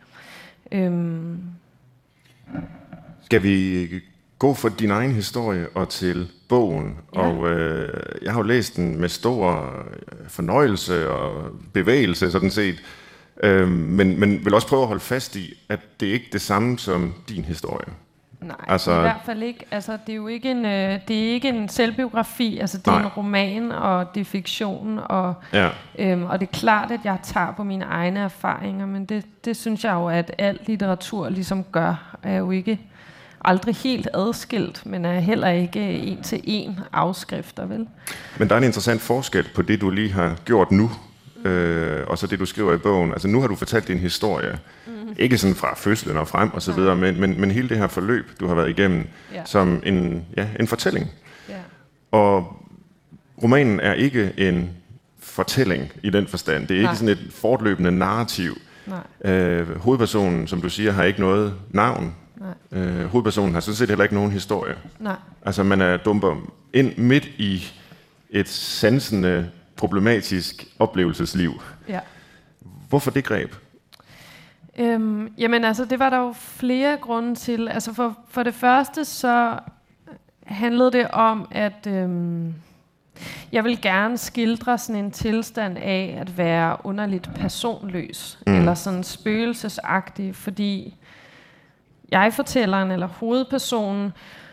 Skal vi gå fra din egen historie og til bogen? Ja. Og jeg har jo læst den med stor fornøjelse og bevægelse, sådan set. Men vil også prøve at holde fast i, at det ikke er det samme som din historie. Nej, altså, i hvert fald ikke. Altså, det er jo ikke en selvbiografi. Altså, det er en roman, og det er fiktion. Og, og det er klart, at jeg tager på mine egne erfaringer, men det synes jeg jo, at al litteratur ligesom gør, er jo ikke aldrig helt adskilt, men er heller ikke en til en afskrifter, vel? Men der er en interessant forskel på det, du lige har gjort nu, og så det, du skriver i bogen. Altså nu har du fortalt din historie, ikke sådan fra fødslen og frem og så videre, men hele det her forløb, du har været igennem, som en fortælling. Ja. Og romanen er ikke en fortælling i den forstand. Det er ikke sådan et fortløbende narrativ. Hovedpersonen, som du siger, har ikke noget navn. Hovedpersonen har sådan set heller ikke nogen historie. Nej. Altså man er dumper ind midt i et sansende, problematisk oplevelsesliv. Ja. Hvorfor det greb? Jamen altså, det var der jo flere grunde til. Altså for det første så handlede det om, at jeg vil gerne skildre sådan en tilstand af at være underligt personløs, eller sådan spøgelsesagtig, fordi jeg-fortælleren eller hovedpersonen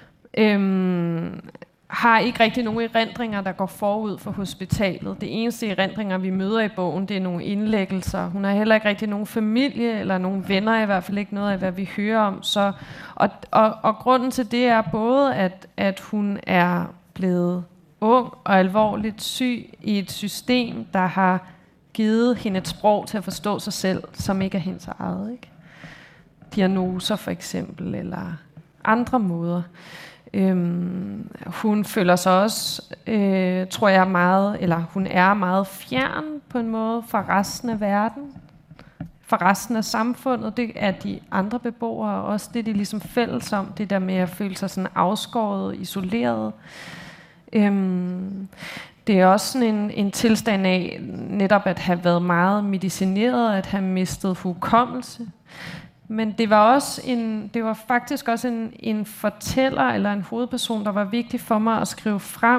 har ikke rigtig nogen erindringer, der går forud for hospitalet. Det eneste erindringer, vi møder i bogen, det er nogle indlæggelser. Hun har heller ikke rigtig nogen familie eller nogen venner, i hvert fald ikke noget af, hvad vi hører om. Så, og grunden til det er både, at hun er blevet ung og alvorligt syg i et system, der har givet hende et sprog til at forstå sig selv, som ikke er hendes eget, ikke? Diagnoser for eksempel, eller andre måder. Hun føler sig også, tror jeg, meget, eller hun er meget fjern på en måde fra resten af verden, fra resten af samfundet. Det er de andre beboere også, det er de ligesom fælles om, det der med at føle sig sådan afskåret, isoleret. Det er også sådan en tilstand af netop at have været meget medicineret, at have mistet hukommelse. Men det var faktisk også en fortæller eller en hovedperson, der var vigtig for mig at skrive frem,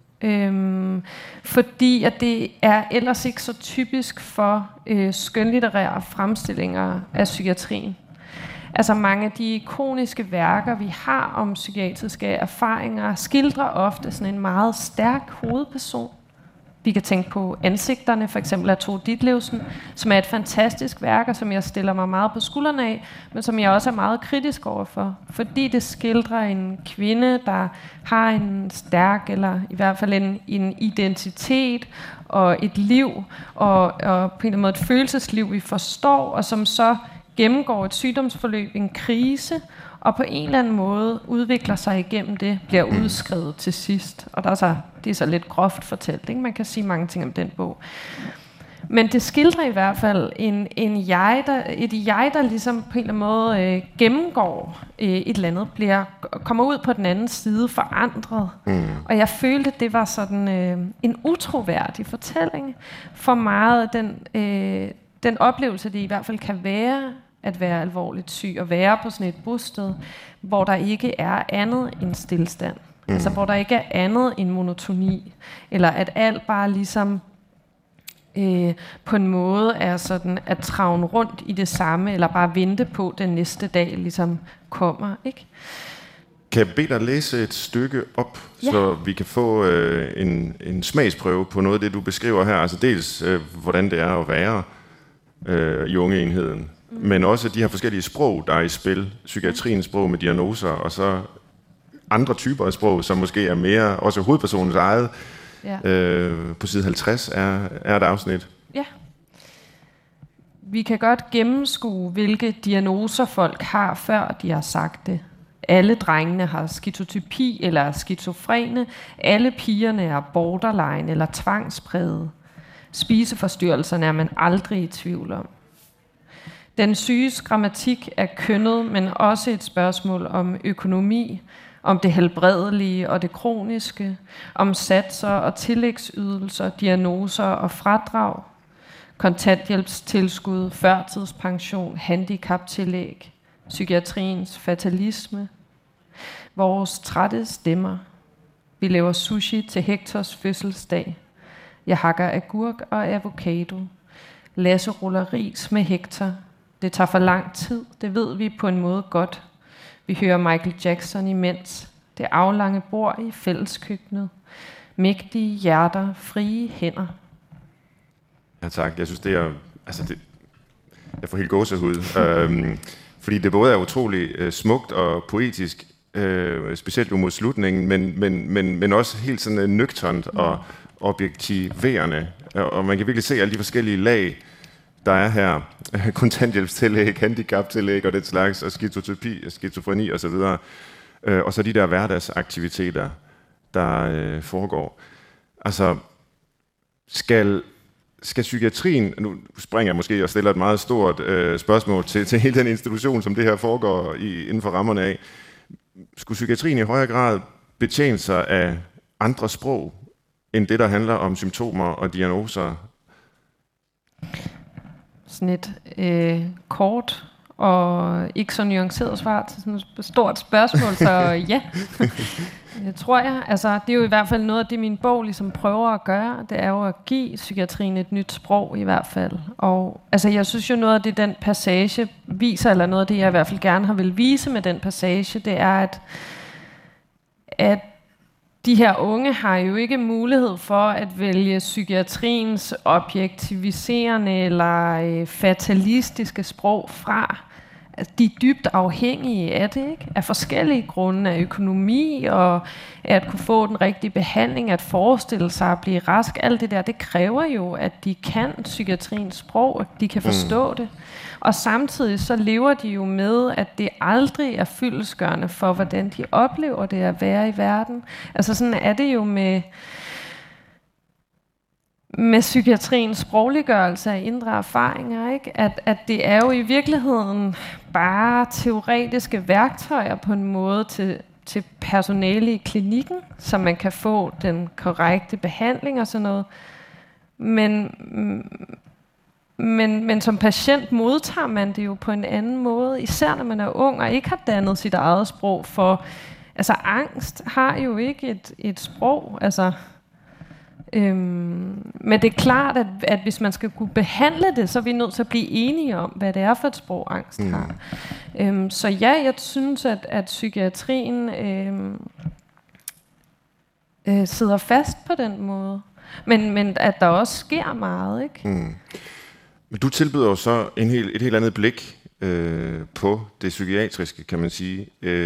fordi at det er ellers ikke så typisk for skønlitterære fremstillinger af psykiatrien. Altså mange af de ikoniske værker, vi har om psykiatriske erfaringer, skildrer ofte sådan en meget stærk hovedperson. Vi kan tænke på Ansigterne, for eksempel af Tove Ditlevsen, som er et fantastisk værk, og som jeg stiller mig meget på skuldrene af, men som jeg også er meget kritisk overfor. Fordi det skildrer en kvinde, der har en stærk, eller i hvert fald en identitet og et liv, og på en eller anden måde et følelsesliv, vi forstår, og som så gennemgår et sygdomsforløb, en krise, og på en eller anden måde udvikler sig igennem det, bliver udskrevet til sidst. Og det er så lidt groft fortalt, ikke? Man kan sige mange ting om den bog. Men det skildrer i hvert fald et jeg, der ligesom på en eller anden måde gennemgår et eller andet, kommer ud på den anden side forandret. Og jeg følte, at det var sådan en utroværdig fortælling for meget af den oplevelse, det i hvert fald kan være at være alvorligt syg og være på sådan et bosted, hvor der ikke er andet end stillstand. Altså hvor der ikke er andet end monotoni, eller at alt bare ligesom på en måde er sådan at travne rundt i det samme, eller bare vente på, den næste dag ligesom kommer, ikke? Kan jeg bede dig læse et stykke op, så vi kan få en smagsprøve på noget af det, du beskriver her? Altså dels, hvordan det er at være i ungeenheden, men også de her forskellige sprog, der er i spil. Psykiatriens sprog med diagnoser, og så andre typer af sprog, som måske er mere også hovedpersonens eget. Ja. På side 50 er et afsnit. Ja. Vi kan godt gennemskue, hvilke diagnoser folk har, før de har sagt det. Alle drengene har skizotypi eller er skizofrene. Alle pigerne er borderline eller tvangspræget. Spiseforstyrrelserne er man aldrig i tvivl om. Den syges grammatik er kønnet, men også et spørgsmål om økonomi, om det helbredelige og det kroniske, om satser og tillægsydelser, diagnoser og fradrag, kontanthjælpstilskud, førtidspension, handicaptillæg, psykiatriens fatalisme, vores trætte stemmer. Vi laver sushi til Hektors fødselsdag. Jeg hakker agurk og avocado. Lasse ruller ris med Hector. Det tager for lang tid, det ved vi på en måde godt. Vi hører Michael Jackson imens. Det aflange bord i fælleskøkkenet. Mægtige hjerter, frie hænder. Ja tak, jeg synes det er... jeg får helt gåsehud. Fordi det både er utrolig smukt og poetisk, specielt mod slutningen, men også helt sådan nøgternt og objektiverende. Og man kan virkelig se alle de forskellige lag, der er her. Kontanthjælpstillæg, handicaptillæg og det slags, og skizotypi, skizofreni osv. Og så de der hverdagsaktiviteter, der foregår. Altså, skal psykiatrien, nu springer jeg måske og stiller et meget stort spørgsmål til hele den institution, som det her foregår inden for rammerne af. Skulle psykiatrien i højere grad betjene sig af andre sprog, end det, der handler om symptomer og diagnoser? Sådan et kort og ikke så nuanceret svar til sådan et stort spørgsmål, så ja, det tror jeg. Altså, det er jo i hvert fald noget af det, min bog ligesom prøver at gøre. Det er jo at give psykiatrien et nyt sprog i hvert fald. Og altså, jeg synes jo noget af det, den passage viser, eller noget af det, jeg i hvert fald gerne har vil vise med den passage, det er, at de her unge har jo ikke mulighed for at vælge psykiatriens objektiviserende eller fatalistiske sprog fra. de er dybt afhængige af det, ikke? Af forskellige grunde, af økonomi og at kunne få den rigtige behandling, at forestille sig at blive rask. Alt det der, det kræver jo, at de kan psykiatriens sprog, at de kan forstå det. Og samtidig så lever de jo med, at det aldrig er fyldestgørende for, hvordan de oplever det at være i verden. Altså sådan er det jo med psykiatriens sprogliggørelse af indre erfaringer, ikke? At det er jo i virkeligheden bare teoretiske værktøjer på en måde til personale i klinikken, så man kan få den korrekte behandling og sådan noget. Men som patient modtager man det jo på en anden måde, især når man er ung og ikke har dannet sit eget sprog for. Altså angst har jo ikke et sprog, altså. Men det er klart, at hvis man skal kunne behandle det, så er vi nødt til at blive enige om, hvad det er for et sprog, angst har. Så ja, jeg synes, at psykiatrien sidder fast på den måde. Men at der også sker meget, ikke? Men du tilbyder jo så et helt andet blik på det psykiatriske, kan man sige.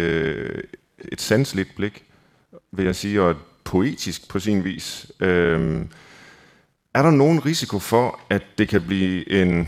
Et sanseligt blik, vil jeg sige, og et poetisk på sin vis. Er der nogen risiko for, at det kan blive en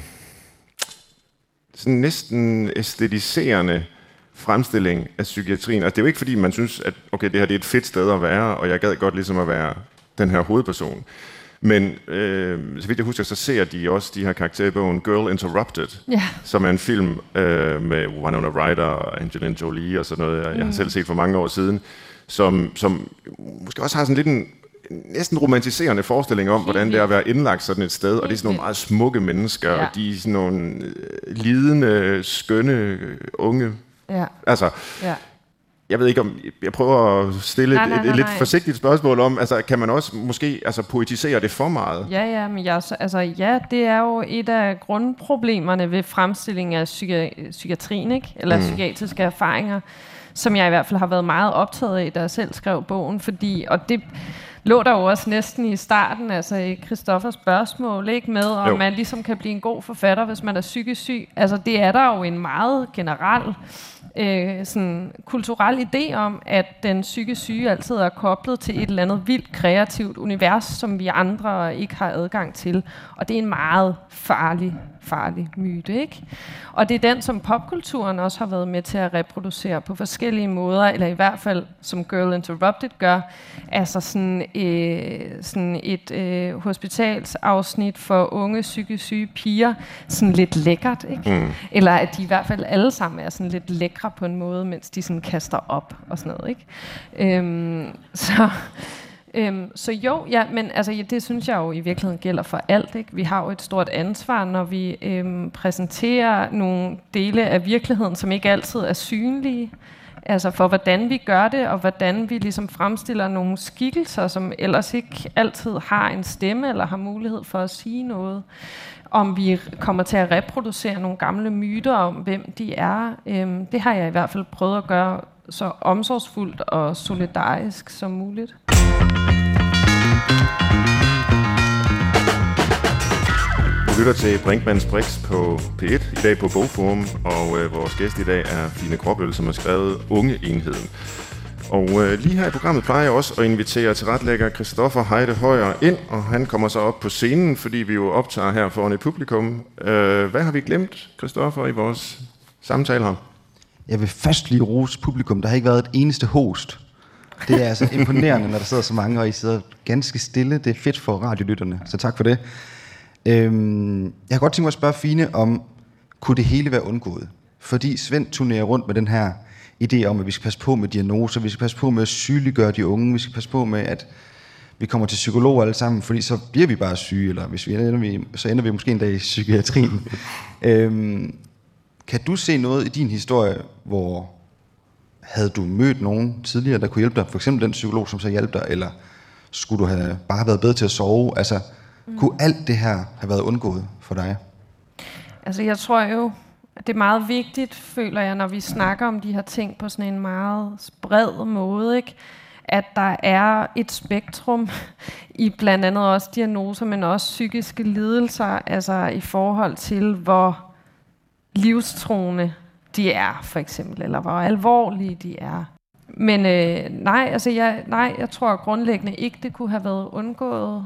sådan næsten æstetiserende fremstilling af psykiatrien? Altså det er jo ikke fordi, man synes, at okay, det her det er et fedt sted at være, og jeg gad godt ligesom at være den her hovedperson. Men så vidt jeg husker, så ser de også de her karakterer i bogen Girl Interrupted, som er en film med Winona Ryder og Angelina Jolie og sådan noget, jeg har selv set for mange år siden, som måske også har sådan lidt en næsten romantiserende forestilling om, hvordan det er at være indlagt sådan et sted, og det er sådan nogle meget smukke mennesker, og de er sådan nogle lidende, skønne, unge. Altså, jeg ved ikke om, jeg prøver at stille et lidt forsigtigt spørgsmål om, altså kan man også måske poetisere det for meget? Men det er jo et af grundproblemerne ved fremstillingen af psykiatrien, ikke? Eller psykiatriske erfaringer, som jeg i hvert fald har været meget optaget af, da jeg selv skrev bogen, og det lå der jo også næsten i starten, altså i Christoffers spørgsmål, ikke, med om man ligesom kan blive en god forfatter, hvis man er psykisk syg. Altså det er der jo en meget generel sådan kulturel idé om, at den psykisk syge altid er koblet til et eller andet vildt kreativt univers, som vi andre ikke har adgang til. Og det er en meget farlig myte, ikke? Og det er den, som popkulturen også har været med til at reproducere på forskellige måder, eller i hvert fald, som Girl Interrupted gør, altså sådan et hospitalsafsnit for unge psykisk syge piger, sådan lidt lækkert, ikke? Eller at de i hvert fald alle sammen er sådan lidt lækre på en måde, mens de sådan kaster op og sådan noget, ikke? Så jo, men altså, det synes jeg jo i virkeligheden gælder for alt, ikke? Vi har jo et stort ansvar, når vi præsenterer nogle dele af virkeligheden, som ikke altid er synlige. Altså for hvordan vi gør det, og hvordan vi ligesom fremstiller nogle skikkelser, som ellers ikke altid har en stemme, eller har mulighed for at sige noget. Om vi kommer til at reproducere nogle gamle myter om, hvem de er. Det har jeg i hvert fald prøvet at gøre så omsorgsfuldt og solidarisk som muligt. Du lytter til Brinkmanns Brix på P1, i dag på Bogforum, og vores gæst i dag er Fine Gråbøl, som har skrevet Ungeenheden. Og lige her i programmet plejer jeg også at invitere tilrettelægger Christoffer Heide Højer ind, og han kommer så op på scenen, fordi vi jo optager her foran et publikum. Hvad har vi glemt, Christoffer, i vores samtale her? Jeg vil først lige rose publikum. Der har ikke været et eneste host. Det er altså imponerende, når der sidder så mange, og I sidder ganske stille. Det er fedt for radiolytterne, så tak for det. Jeg har godt tænkt mig at spørge Fine om, kunne det hele være undgået? Fordi Svend turnerer rundt med den her idé om, at vi skal passe på med diagnoser, vi skal passe på med at sygeliggøre de unge, vi skal passe på med, at vi kommer til psykologer alle sammen, fordi så bliver vi bare syge, eller hvis så ender vi måske en dag i psykiatrien. Kan du se noget i din historie, hvor havde du mødt nogen tidligere, der kunne hjælpe dig? For eksempel den psykolog, som så hjalp dig, eller skulle du have bare været bedre til at sove? Altså, kunne alt det her have været undgået for dig? Altså, jeg tror jo, det er meget vigtigt, føler jeg, når vi snakker om de her ting på sådan en meget bred måde, ikke? At der er et spektrum i blandt andet også diagnoser, men også psykiske lidelser, altså i forhold til, hvor livstruende de er, for eksempel, eller hvor alvorlige de er. Men jeg tror grundlæggende ikke, det kunne have været undgået.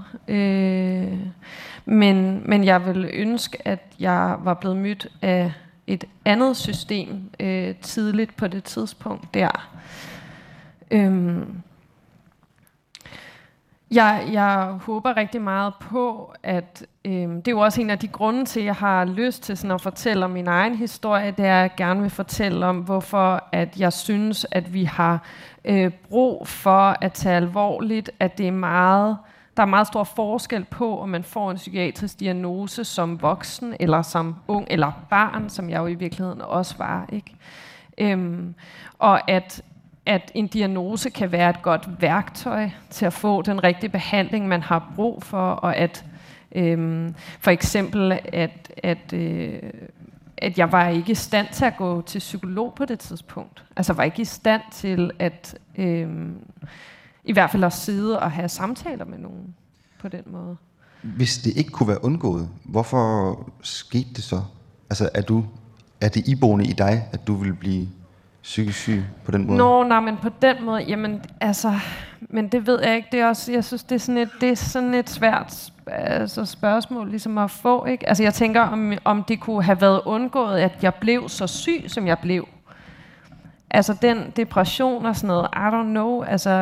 Men jeg ville ønske, at jeg var blevet mødt af et andet system tidligt på det tidspunkt der. Jeg håber rigtig meget på, at det er jo også en af de grunde til, at jeg har lyst til sådan at fortælle om min egen historie, det er, at jeg gerne vil fortælle om, hvorfor at jeg synes, at vi har brug for at tage alvorligt, at det er der er meget stor forskel på, om man får en psykiatrisk diagnose som voksen, eller som ung, eller barn, som jeg jo i virkeligheden også var, ikke? Og at en diagnose kan være et godt værktøj til at få den rigtige behandling, man har brug for, og at for eksempel, at jeg var ikke i stand til at gå til psykolog på det tidspunkt. Altså var ikke i stand til at i hvert fald at sidde og have samtaler med nogen på den måde. Hvis det ikke kunne være undgået, hvorfor skete det så? Altså er det iboende i dig, at du ville blive psykisk syg på den måde? Nej, men på den måde, jamen altså, men det ved jeg ikke. Det er også, jeg synes, det er sådan et svært spørgsmål ligesom at få, ikke? Altså jeg tænker, om det kunne have været undgået, at jeg blev så syg, som jeg blev. Altså den depression og sådan noget, I don't know, altså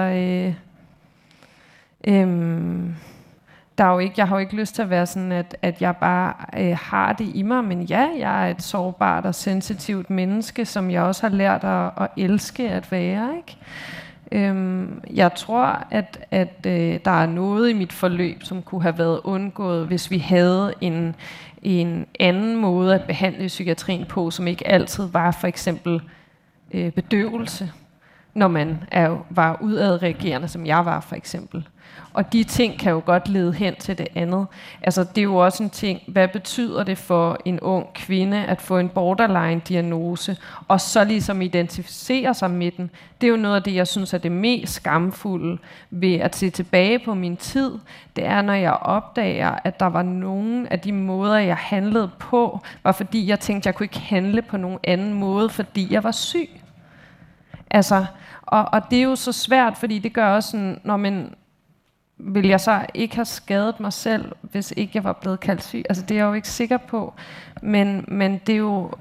jeg har jo ikke lyst til at være sådan, at jeg bare har det i mig, men ja, jeg er et sårbart og sensitivt menneske, som jeg også har lært at elske at være, ikke? Jeg tror, at der er noget i mit forløb, som kunne have været undgået, hvis vi havde en anden måde at behandle psykiatrien på, som ikke altid var for eksempel bedøvelse, når man var udadreagerende, som jeg var for eksempel. Og de ting kan jo godt lede hen til det andet. Altså det er jo også en ting, hvad betyder det for en ung kvinde at få en borderline-diagnose, og så ligesom identificere sig med den. Det er jo noget af det, jeg synes er det mest skamfulde ved at se tilbage på min tid. Det er, når jeg opdager, at der var nogle af de måder, jeg handlede på, var fordi jeg tænkte, jeg kunne ikke handle på nogen anden måde, fordi jeg var syg. Altså, og det er jo så svært, fordi det gør også sådan, når man vil jeg så ikke have skadet mig selv, hvis ikke jeg var blevet kaldt syg? Altså det er jeg jo ikke sikker på, men det er jo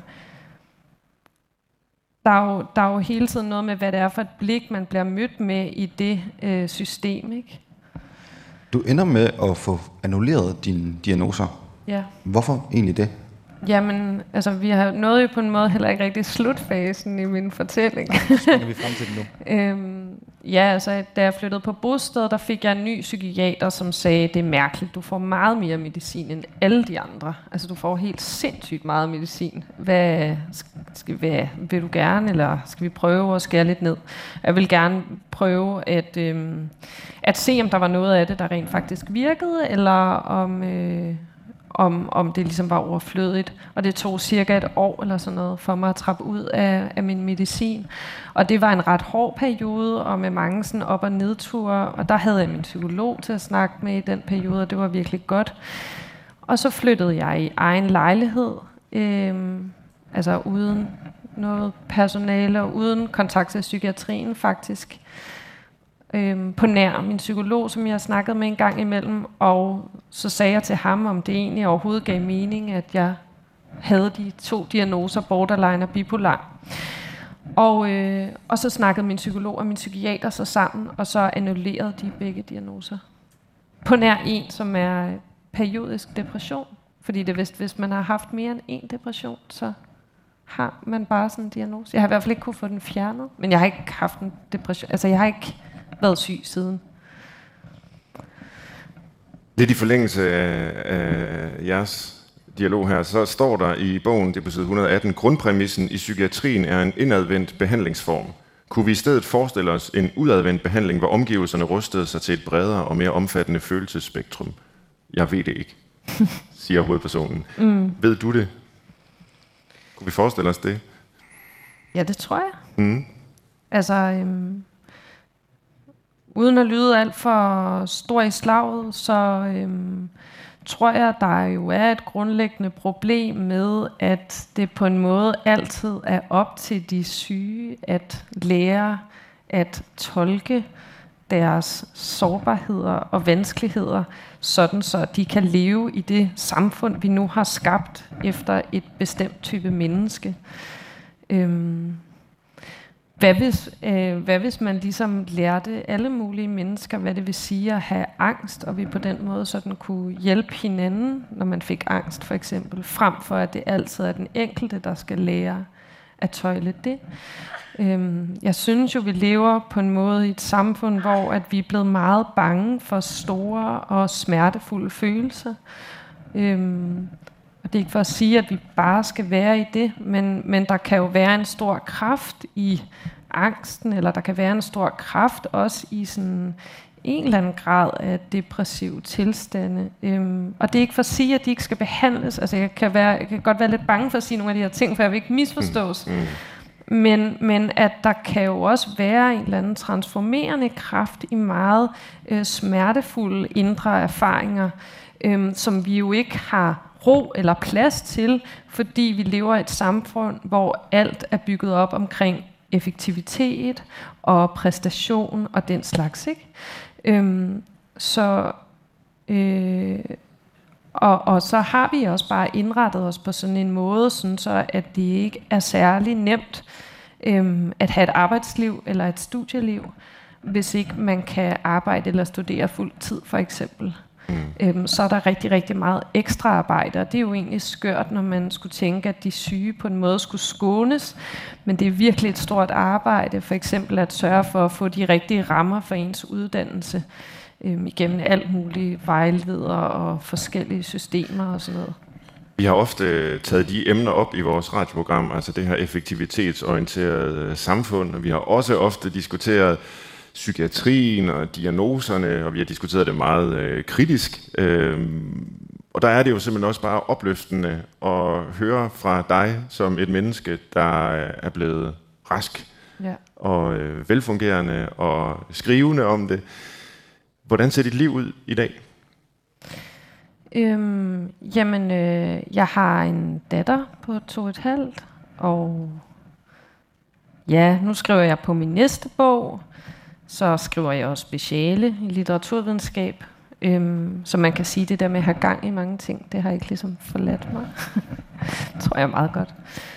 der er jo hele tiden noget med, hvad det er for et blik, man bliver mødt med i det system, ikke? Du ender med at få annulleret dine diagnoser. Ja. Hvorfor egentlig det? Jamen, altså vi har nået jo på en måde heller ikke rigtig slutfasen i min fortælling. Springer vi frem til det nu? Ja, altså da jeg flyttede på bosted, der fik jeg en ny psykiater, som sagde, det er mærkeligt, du får meget mere medicin end alle de andre. Altså du får helt sindssygt meget medicin. Hvad vil du gerne, eller skal vi prøve at skære lidt ned? Jeg vil gerne prøve at se, om der var noget af det, der rent faktisk virkede, eller om det ligesom var overflødigt. Og det tog cirka et år eller sådan noget for mig at trappe ud af min medicin. Og det var en ret hård periode, og med mange sådan op- og nedture. Og der havde jeg min psykolog til at snakke med i den periode, og det var virkelig godt. Og så flyttede jeg i egen lejlighed, altså uden noget personale og uden kontakt til psykiatrien faktisk. På nær min psykolog, som jeg snakkede med en gang imellem, og så sagde jeg til ham, om det egentlig overhovedet gav mening, at jeg havde de 2 diagnoser, borderline og bipolar. Og så snakkede min psykolog og min psykiater så sammen, og så annullerede de begge diagnoser. På nær en, som er periodisk depression. Fordi det vist, hvis man har haft mere end en depression, så har man bare sådan en diagnose. Jeg har i hvert fald ikke kunne få den fjernet, men jeg har ikke haft en depression. Altså jeg har ikke været syg siden. Lidt i forlængelse af jeres dialog her, så står der i bogen, det er på side 118, grundpræmissen i psykiatrien er en indadvendt behandlingsform. Kunne vi i stedet forestille os en udadvendt behandling, hvor omgivelserne rustede sig til et bredere og mere omfattende følelsesspektrum? Jeg ved det ikke, siger hovedpersonen. Ved du det? Kunne vi forestille os det? Ja, det tror jeg. Altså, uden at lyde alt for stor i slaget, så tror jeg, der jo er et grundlæggende problem med, at det på en måde altid er op til de syge at lære at tolke deres sårbarheder og vanskeligheder, sådan så de kan leve i det samfund, vi nu har skabt efter et bestemt type menneske. Hvad hvis man ligesom lærte alle mulige mennesker, hvad det vil sige at have angst, og vi på den måde sådan kunne hjælpe hinanden, når man fik angst for eksempel, frem for at det altid er den enkelte, der skal lære at tøjle det. Jeg synes jo, vi lever på en måde i et samfund, hvor at vi er blevet meget bange for store og smertefulde følelser. Og det er ikke for at sige, at vi bare skal være i det, men der kan jo være en stor kraft i angsten, eller der kan være en stor kraft også i sådan en eller anden grad af depressive tilstande. Og det er ikke for at sige, at de ikke skal behandles. Altså jeg kan godt være lidt bange for at sige nogle af de her ting, for jeg vil ikke misforstås. Men at der kan jo også være en eller anden transformerende kraft i meget smertefulde indre erfaringer, som vi jo ikke har ro eller plads til, fordi vi lever i et samfund, hvor alt er bygget op omkring effektivitet og præstation og den slags, ikke? Og så har vi også bare indrettet os på sådan en måde, sådan så at det ikke er særlig nemt at have et arbejdsliv eller et studieliv, hvis ikke man kan arbejde eller studere fuld tid for eksempel. Så er der rigtig, rigtig meget ekstra arbejde, og det er jo egentlig skørt, når man skulle tænke, at de syge på en måde skulle skånes, men det er virkelig et stort arbejde, for eksempel at sørge for at få de rigtige rammer for ens uddannelse, igennem alt muligt vejleder og forskellige systemer og sådan noget. Vi har ofte taget de emner op i vores radioprogram, altså det her effektivitetsorienterede samfund, og vi har også ofte diskuteret psykiatrien og diagnoserne, og vi har diskuteret det meget kritisk. Og der er det jo simpelthen også bare opløftende at høre fra dig som et menneske, der er blevet rask og velfungerende og skrivende om det. Hvordan ser dit liv ud i dag? Jeg har en datter på 2,5, og ja, nu skriver jeg på min næste bog. Så skriver jeg også speciale i litteraturvidenskab. Så man kan sige, det der med at have gang i mange ting, det har ikke ligesom forladt mig. Det tror jeg er meget godt.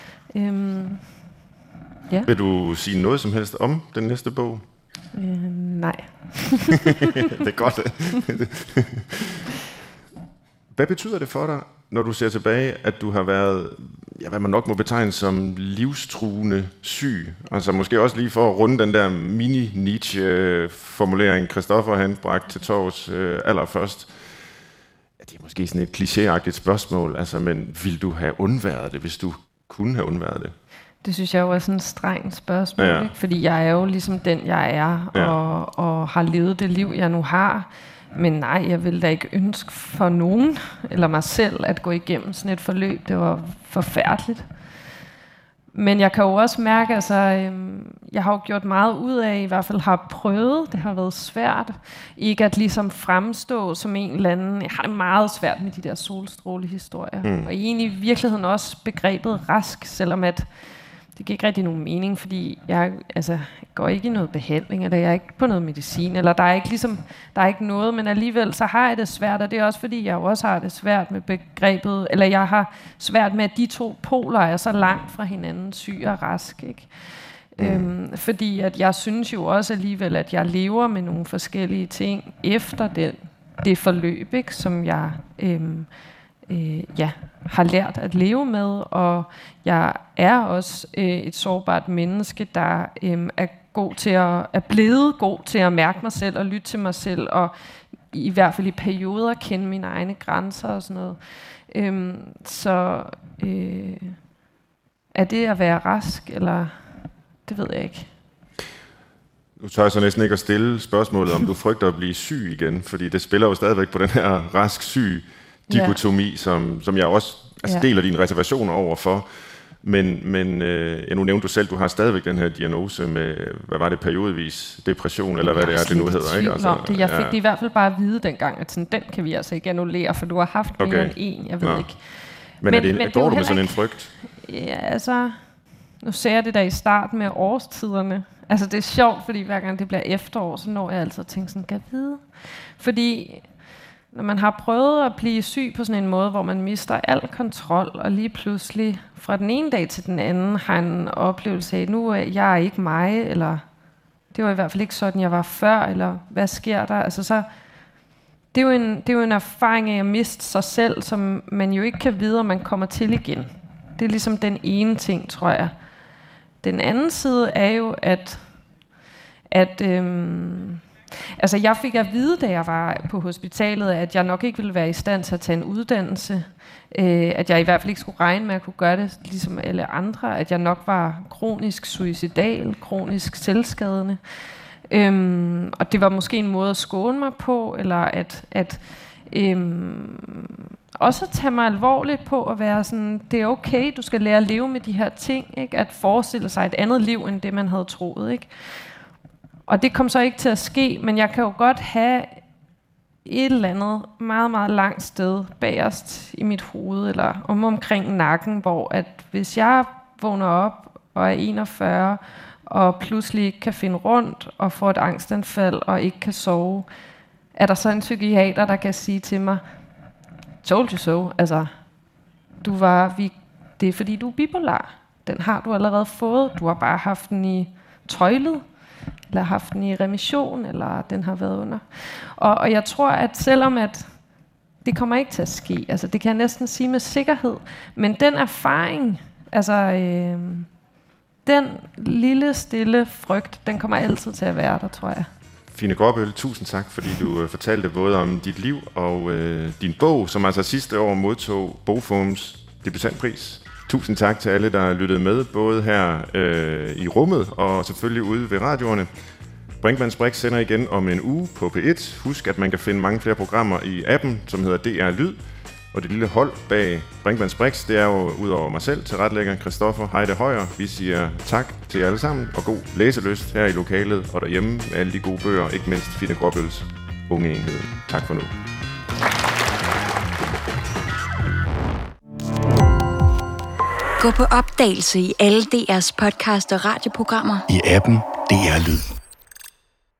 Ja. Vil du sige noget som helst om den næste bog? Nej. Det er godt. Hvad betyder det for dig, når du ser tilbage, at du har været, hvad man nok må betegne som livstruende syg? Altså måske også lige for at runde den der mini-Nietzsche-formulering, Christoffer han bragte til torvs allerførst. Ja, det er måske sådan et klichéagtigt spørgsmål, altså, men vil du have undværet det, hvis du kunne have undværet det? Det synes jeg jo er sådan et strengt spørgsmål, ikke? Fordi jeg er jo ligesom den, jeg er, og har levet det liv, jeg nu har. Men nej, jeg ville da ikke ønske for nogen, eller mig selv, at gå igennem sådan et forløb. Det var forfærdeligt. Men jeg kan jo også mærke, altså, jeg har jo gjort meget ud af, i hvert fald har prøvet, det har været svært, ikke at ligesom fremstå som en eller anden, jeg har det meget svært med de der solstrålehistorier. Og egentlig i virkeligheden også begrebet rask, selvom at det giver ikke rigtig nogen mening, fordi jeg går ikke i noget behandling, eller jeg er ikke på noget medicin, eller der er ikke noget, men alligevel så har jeg det svært, og det er også fordi, jeg også har det svært med begrebet, eller jeg har svært med, at de to poler er så langt fra hinanden, syg og rask, ikke? Fordi at jeg synes jo også alligevel, at jeg lever med nogle forskellige ting efter det forløb, ikke, som jeg har lært at leve med, og jeg er også et sårbart menneske, der er blevet god til at mærke mig selv og lytte til mig selv, og i hvert fald i perioder kende mine egne grænser og sådan noget. Er det at være rask, eller det ved jeg ikke. Nu tør jeg så næsten ikke at stille spørgsmålet, om du frygter at blive syg igen, fordi det spiller jo stadigvæk på den her rask-syg dikotomi, som jeg også deler dine reservationer over for. Men nu nævnte du selv, du har stadigvæk den her diagnose med, hvad var det, periodvis depression, eller hvad det er, det nu hedder, ikke? Altså, det. Jeg fik det i hvert fald bare at vide dengang, at sådan, den kan vi altså ikke annullere, for du har haft mere end en, jeg ved ikke. Men går du med sådan en frygt? Ja, altså, nu ser jeg det der i starten med årstiderne. Altså, det er sjovt, fordi hver gang det bliver efterår, så når jeg altså tænker sådan, kan jeg vide? Fordi når man har prøvet at blive syg på sådan en måde, hvor man mister al kontrol, og lige pludselig fra den ene dag til den anden har en oplevelse af, nu er jeg ikke mig, eller det var i hvert fald ikke sådan, jeg var før, eller hvad sker der? Altså så, det er jo en erfaring af at miste sig selv, som man jo ikke kan vide, om man kommer til igen. Det er ligesom den ene ting, tror jeg. Den anden side er jo, altså jeg fik at vide, da jeg var på hospitalet, at jeg nok ikke ville være i stand til at tage en uddannelse. At jeg i hvert fald ikke skulle regne med at kunne gøre det ligesom alle andre. At jeg nok var kronisk suicidal, kronisk selvskadende. Og det var måske en måde at skåne mig på, eller at også at tage mig alvorligt på at være sådan, det er okay, du skal lære at leve med de her ting, ikke? At forestille sig et andet liv, end det man havde troet, ikke? Og det kom så ikke til at ske, men jeg kan jo godt have et eller andet meget, meget langt sted bagerst i mit hoved, eller omkring nakken, hvor at hvis jeg vågner op og er 41, og pludselig ikke kan finde rundt, og får et angstanfald, og ikke kan sove, er der så en psykiater, der kan sige til mig, told you so, altså, det er fordi du er bipolar. Den har du allerede fået, du har bare haft den i tøjlet, eller haft den i remission, eller den har været under. Og jeg tror, at selvom at det kommer ikke til at ske, altså det kan jeg næsten sige med sikkerhed, men den erfaring, altså den lille, stille frygt, den kommer altid til at være der, tror jeg. Fine Gråbøl, tusind tak, fordi du fortalte både om dit liv og din bog, som altså sidste år modtog Bogforums debutantpris. Tusind tak til alle, der lyttede med, både her i rummet og selvfølgelig ude ved radioerne. Brinkmanns Brix sender igen om en uge på P1. Husk, at man kan finde mange flere programmer i appen, som hedder DR Lyd. Og det lille hold bag Brinkmanns Brix, det er jo udover mig selv, tilrettelægger Christoffer Heide Højer. Vi siger tak til jer alle sammen, og god læselyst her i lokalet og derhjemme med alle de gode bøger, ikke mindst Fine Gråbøls Unge Enhed. Tak for nu. Gå på opdagelse i alle DR's podcast og radioprogrammer. I appen DR Lyd.